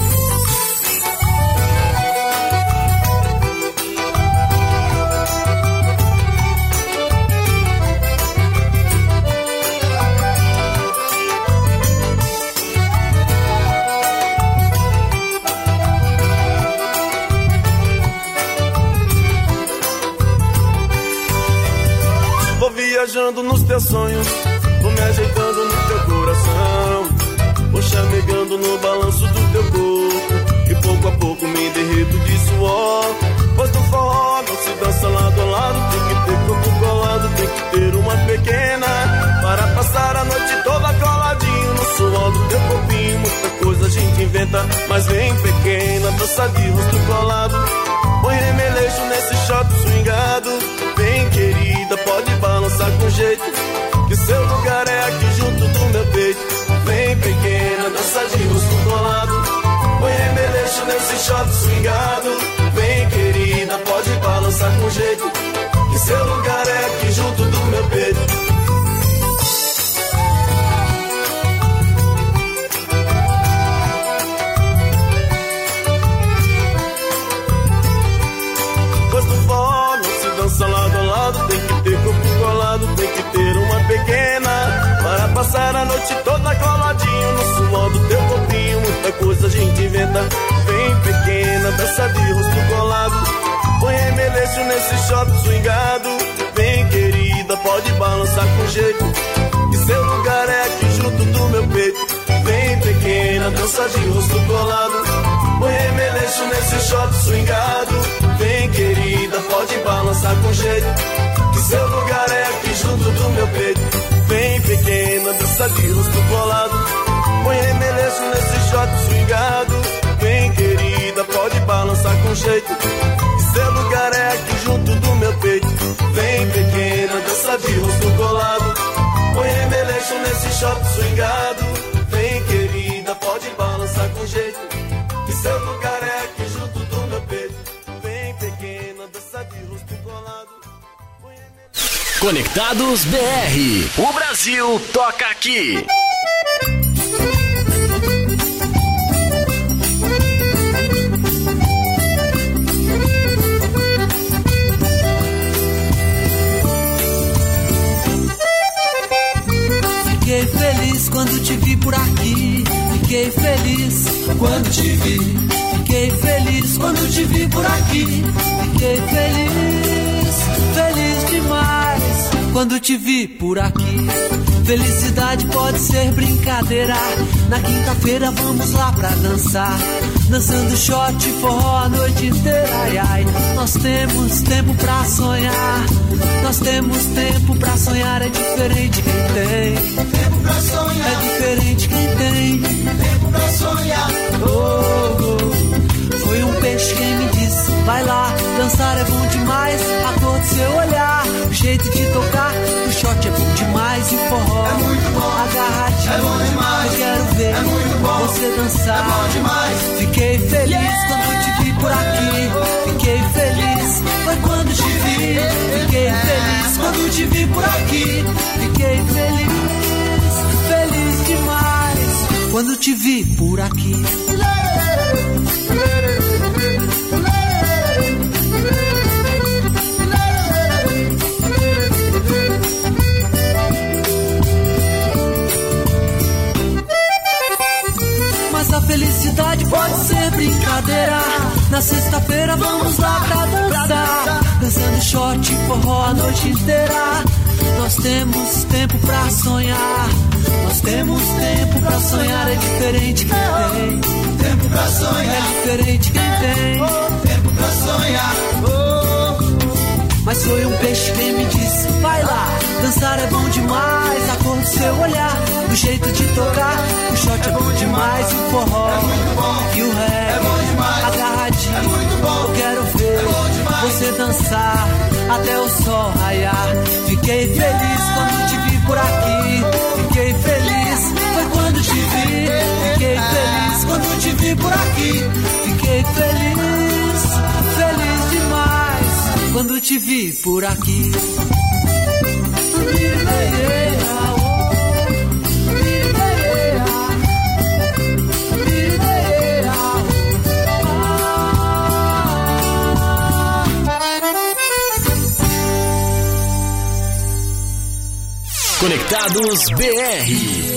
Viajando nos teus sonhos, vou me ajeitando no teu coração, vou chamegando no balanço do teu corpo, e pouco a pouco me derrito de suor. Pois no forró não se dança lado a lado, tem que ter corpo colado, tem que ter uma pequena, para passar a noite toda coladinho no suor do teu corpinho. Muita coisa a gente inventa, mas vem pequena, dança de rosto colado, põe remeleixo nesse shot swingado. Vem querida, pode balançar com jeito, que seu lugar é aqui junto do meu peito. Vem pequena, dança de rosto colado, põe remeleixo nesse shot swingado. Vem querida, pode balançar com jeito, que seu lugar é aqui junto do meu peito. Lado a lado, tem que ter corpo colado, tem que ter uma pequena, para passar a noite toda coladinho no suor do teu corpinho. Muita coisa a gente inventa, vem pequena, dança de rosto colado, põe remeleixo nesse shot swingado. Vem querida, pode balançar com jeito, que seu lugar é aqui junto do meu peito. Vem pequena, dança de rosto colado, põe remeleixo nesse short swingado. Vem querida, pode balançar com jeito, que seu lugar é aqui junto do meu peito. Vem pequena, dança de rosto colado, põe remeleixo nesse short swingado. Vem querida, pode balançar com jeito, que seu lugar é aqui junto do meu peito. Vem pequena, dança de rosto colado, põe remeleixo nesse short swingado. Vem querida, pode balançar com jeito, que seu lugar é aqui junto do meu peito. Vem pequena, dança de rosto colado. Conectados B R. O Brasil toca aqui. Fiquei feliz quando te vi por aqui. Fiquei feliz quando te vi. Fiquei feliz quando te vi por aqui. Fiquei feliz, feliz demais quando te vi por aqui. Felicidade pode ser brincadeira. Na quinta-feira vamos lá pra dançar, dançando shot forró a noite inteira. Ai, ai. Nós temos tempo pra sonhar. Nós temos tempo pra sonhar. É diferente quem tem tempo pra sonhar. É diferente quem tem tempo pra sonhar. Oh, oh. Foi um peixe quem me disse: vai lá, dançar é bom demais. A cor do seu olhar, o jeito de tocar, o shot é bom demais. E o forró é muito bom, agarradinho, é bom demais. Eu quero ver é muito bom você dançar, é bom demais. Fiquei feliz yeah. quando te vi por aqui. Fiquei feliz, foi quando te vi. Fiquei feliz quando te vi por aqui. Fiquei feliz, feliz demais quando te vi por aqui. Mas a felicidade pode ser brincadeira. Na sexta-feira vamos lá pra dançar, dançando shot forró a noite inteira. Nós temos tempo pra sonhar. Nós temos tempo pra sonhar. É diferente quem tem tempo pra sonhar. É diferente quem tem tempo pra sonhar. Oh. Mas foi um peixe quem me disse: vai lá, dançar é bom demais. A cor do seu olhar, o jeito de tocar, o shot é bom demais. O forró é muito bom e o reggae é bom demais. Agarradinho é muito bom. Eu quero ver é você dançar até o sol raiar. Fiquei feliz quando te vi por aqui. Fiquei feliz, foi quando te vi. Fiquei feliz quando te vi por aqui. Fiquei feliz, feliz demais quando te vi por aqui. Conectados B R.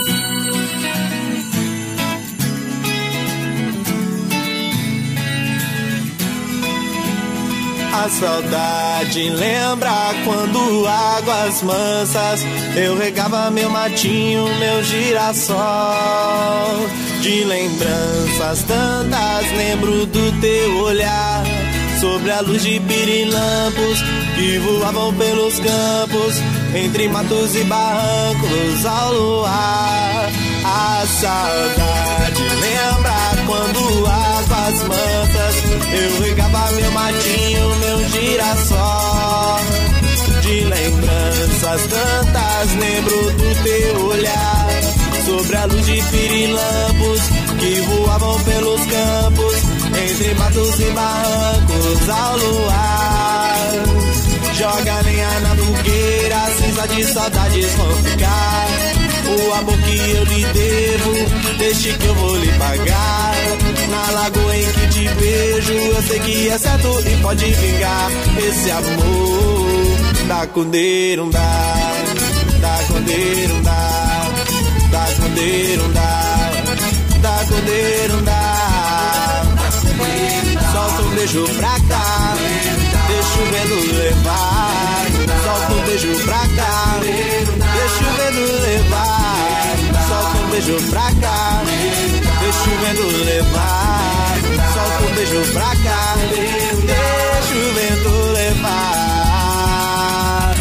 A saudade lembra quando águas mansas eu regava meu matinho, meu girassol. De lembranças tantas lembro do teu olhar, sobre a luz de pirilampos que voavam pelos campos, entre matos e barrancos ao luar. A saudade lembra quando águas mansas eu regava meu matinho, meu girassol. De lembranças tantas lembro do teu olhar, sobre a luz de pirilampos que voavam pelos campos, entre matos e barrancos ao luar. Joga lenha na fogueira, cinza de saudades vão ficar. O amor que eu lhe devo, deixe que eu vou lhe pagar. Na lagoa em que te vejo, eu sei que é certo e pode vingar. Esse amor dá condeiro, dá, dá condeiro, dá, dá condeiro, dá, dá condeiro, dá. Solta um beijo pra cá, deixa o vento levar. Solta um beijo pra cá, deixa o vento levar. Solta um beijo pra cá, deixa o vento levar. solta um beijo pra cá, deixa o vento levar.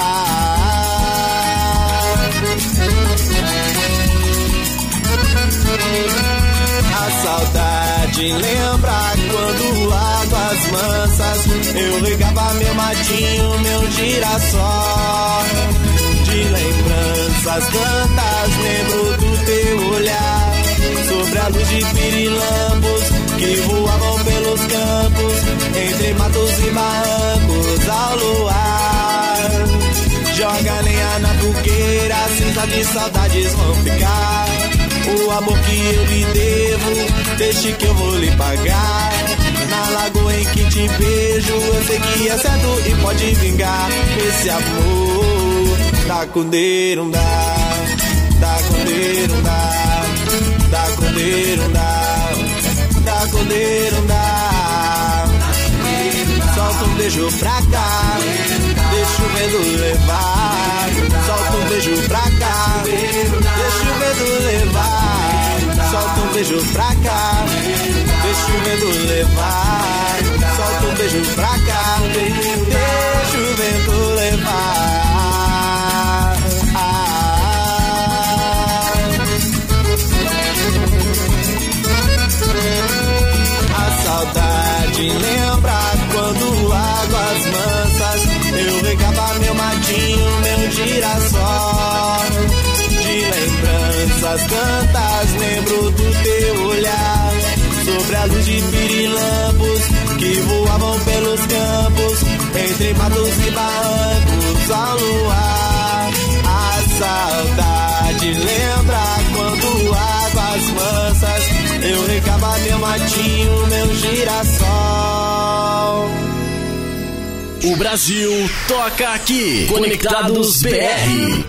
Ah, a saudade lembra quando águas mansas eu regava meu matinho, meu girassol. De lembranças tantas lembro do teu olhar, sobre a luz de pirilampos que voavam pelos campos, entre matos e barrancos ao luar. Joga lenha na fogueira, cinza de saudades vão ficar. O amor que eu lhe devo, deixe que eu vou lhe pagar. Na lagoa em que te beijo, eu sei que é certo e pode vingar. Esse amor dá condeiro, dá, dá condeiro, dá, dá condeiro, dá, dá condeiro, dá. Solta um beijo pra cá, deixa o medo levar. Solta um beijo pra cá, deixa o medo levar. Solta um beijo pra cá, deixa o medo levar. Solta um beijo pra cá, deixa o vento levar. Ah, a saudade lembra quando águas mansas eu regava meu matinho, meu girassol. De lembranças tantas lembro do teu olhar, sobre a luz de pirilampos que voavam pelos campos, entre matos e barrancos ao luar. A saudade lembra quando águas mansas eu regava meu matinho, meu girassol. O Brasil toca aqui. Conectados B R.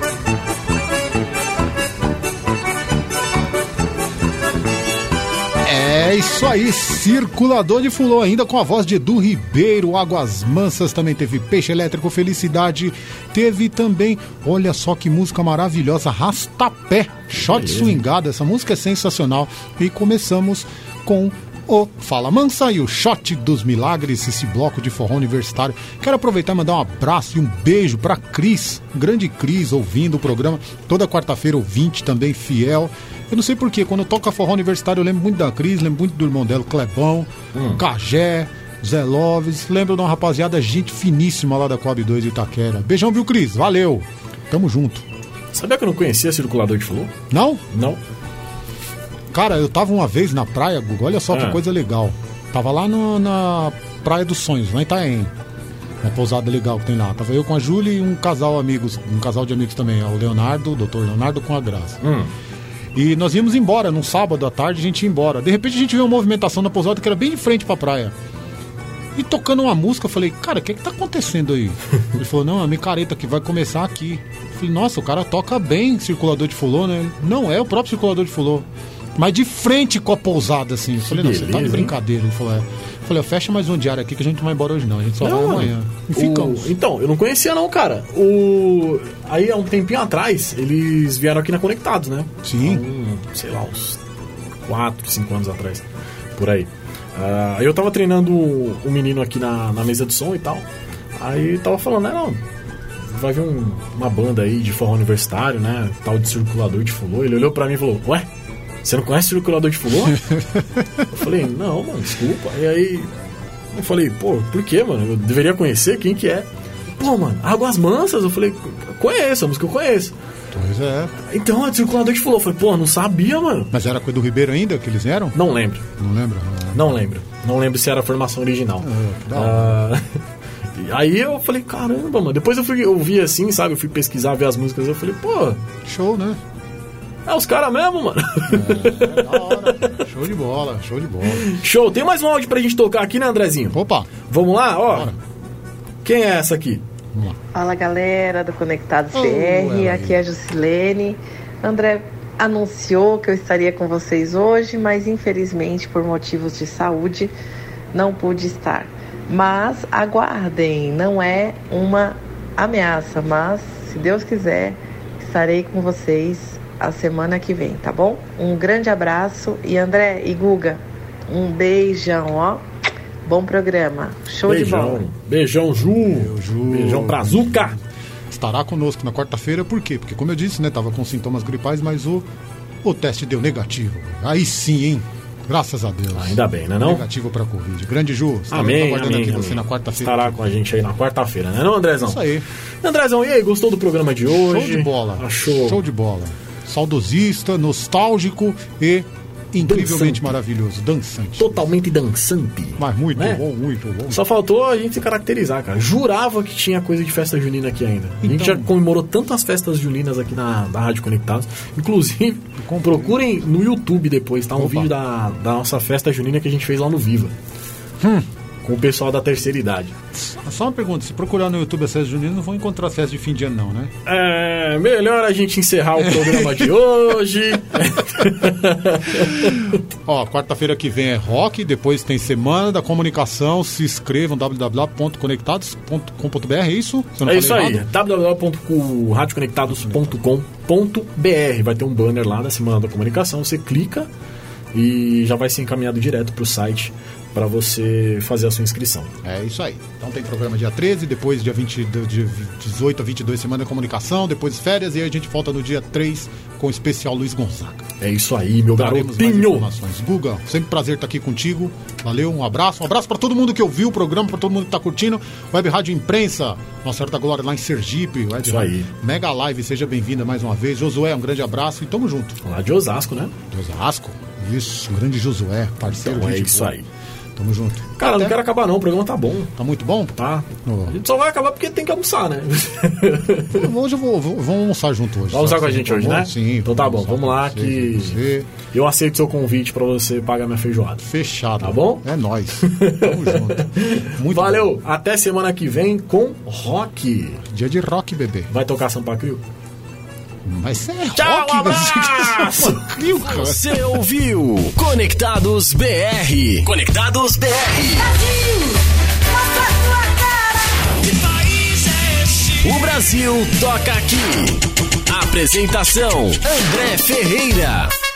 É isso aí, Circulador de Fulô, ainda com a voz de Edu Ribeiro. Águas Mansas também teve Peixe Elétrico, Felicidade. Teve também, olha só que música maravilhosa, Rastapé, Shot Swingado. Essa música é sensacional. E começamos com o Fala Mansa e o Shot dos Milagres, esse bloco de forró universitário. Quero aproveitar e mandar um abraço e um beijo pra Cris, grande Cris, ouvindo o programa toda quarta-feira, ouvinte também fiel. Eu não sei porquê, quando eu toco forró universitário eu lembro muito da Cris, lembro muito do irmão dela, Clebão, hum. Cagé, Zé Loves, lembro de uma rapaziada, gente finíssima lá da Coab dois de Itaquera. Beijão, viu, Cris? Valeu, tamo junto. Sabia que eu não conhecia Circulador de Fulô? Não? Não. Cara, eu tava uma vez na praia, Google, olha só ah. que coisa legal. Tava lá no, na Praia dos Sonhos, lá em Itaém. Uma pousada legal que tem lá. Tava eu com a Júlia e um casal amigos, um casal de amigos também, o Leonardo, o doutor Leonardo com a Graça. Hum. E nós íamos embora, num sábado à tarde a gente ia embora. De repente a gente viu uma movimentação na pousada que era bem de frente pra praia. E tocando uma música, eu falei, cara, o que que tá acontecendo aí? Ele falou, não, a micareta que vai começar aqui. Eu falei, nossa, o cara toca bem Circulador de Fulô, né? Ele, não, é o próprio Circulador de Fulô. Mas de frente com a pousada, assim. Eu falei, não, beleza, você tá de brincadeira. Ele falou, é. Eu falei, fecha mais um diário aqui que a gente não vai embora hoje não. A gente só não, vai amanhã. E ficamos. O... Então, eu não conhecia não, cara. O... Aí, há um tempinho atrás, eles vieram aqui na Conectados, né? Sim. Um, sei lá, uns quatro, cinco anos atrás. Por aí. Uh, aí eu tava treinando o um menino aqui na, na mesa de som e tal. Aí tava falando, né, não... Vai vir um, uma banda aí de forró universitário, né? Tal de Circulador de Fulô. Ele olhou pra mim e falou, ué? Você não conhece o Circulador de Fulô? Eu falei, não, mano, desculpa. E aí eu falei, pô, por que, mano? Eu deveria conhecer, quem que é? Pô, mano, Águas Mansas. Eu falei, conheço, a música eu conheço. Pois é. Então, é Circulador de Fulô. Eu falei, pô, não sabia, mano. Mas era com o Edu Ribeiro ainda que eles eram? Não lembro. Não lembra? Não, não lembro. Não lembro se era a formação original. É, uh, aí eu falei, caramba, mano. Depois eu fui ouvir assim, sabe? Eu fui pesquisar, ver as músicas. Eu falei, pô... Show, né? É os caras mesmo, mano. É, é da hora. Show de bola, show de bola. Show. Tem mais um áudio pra gente tocar aqui, né, Andrezinho? Opa. Vamos lá, ó. Bora. Quem é essa aqui? Vamos lá. Fala, galera do Conectados oh, B R. Aqui é a Jusilene. André anunciou que eu estaria com vocês hoje, mas infelizmente, por motivos de saúde, não pude estar. Mas aguardem, não é uma ameaça, mas se Deus quiser, estarei com vocês a semana que vem, tá bom? Um grande abraço e André e Guga, Um beijão, ó. Bom programa. Show Beijão. de bola. Beijão, Ju. Meu, Ju. Beijão pra Zuca. Estará conosco na quarta-feira, por quê? Porque, como eu disse, né, tava com sintomas gripais, mas o, o teste deu negativo. Aí sim, hein? Graças a Deus. Ainda bem, né não? Negativo pra Covid. Grande Ju, estaremos amém, aguardando amém, aqui amém. você na quarta-feira. Estará com a gente aí na quarta-feira, né não, Andrezão? Isso aí. Andrezão, e aí, gostou do programa de hoje? Show de bola. Achou? Show de bola. Saudosista, nostálgico e incrivelmente dançante. Maravilhoso. Dançante. Totalmente dançante. Mas muito né? bom, muito bom. Só faltou a gente se caracterizar, cara. Jurava que tinha coisa de festa junina aqui ainda. A gente Então- já comemorou tantas festas juninas aqui na, na Rádio Conectados. Inclusive, procurem no YouTube depois, tá? Um Opa. vídeo da, da nossa festa junina que a gente fez lá no Viva. Hum. Com o pessoal da terceira idade. Só uma pergunta, se procurar no YouTube as festas juninas, não vão encontrar as festas de fim de ano não, né? É, melhor a gente encerrar o programa de hoje. Ó, quarta-feira que vem é rock, depois tem Semana da Comunicação, se inscrevam, w w w ponto conectados ponto com ponto b r, é isso? Se eu não É falei isso aí, errado? w w w ponto rádio conectados ponto com ponto b r. Vai ter um banner lá da Semana da Comunicação, você clica e já vai ser encaminhado direto pro site para você fazer a sua inscrição. É isso aí. Então tem programa dia treze, depois dia, vinte, do- dia dezoito a vinte e dois, Semana da Comunicação, depois férias, e aí a gente volta no dia três com o especial Luiz Gonzaga. É isso aí, meu Daremos mais garotinho. informações. Guga, sempre prazer estar aqui contigo. Valeu, um abraço. Um abraço para todo mundo que ouviu o programa, para todo mundo que tá curtindo. Web Rádio Imprensa, Nossa Senhora da Glória lá em Sergipe. Web Isso aí. Mega Live, seja bem-vinda mais uma vez. Josué, um grande abraço e tamo junto. Lá de Osasco, né? De Osasco. Isso, um grande Josué, parceiro. Então é gente isso boa. aí. Tamo junto. Cara, Até. não quero acabar não, o programa tá bom. Tá muito bom? Tá. Oh. A gente só vai acabar porque tem que almoçar, né? Hoje eu vou, vou, vamos almoçar junto hoje. Vai almoçar com a Sim, gente tá hoje, bom? né? Sim. Então tá bom, almoçar vamos com lá você, que com você. eu aceito seu convite pra você pagar minha feijoada. Fechado. Tá bom? É nóis. Tamo junto. Muito Valeu, bom. até semana que vem com rock. Dia de rock, bebê. Vai tocar Sampa Crio? Mas é Tchau, rock, um abraço! Crio, cara. Você ouviu Conectados B R. Conectados B R. Mostra a tua cara. Que país é este? O Brasil toca aqui. Apresentação: André Ferreira.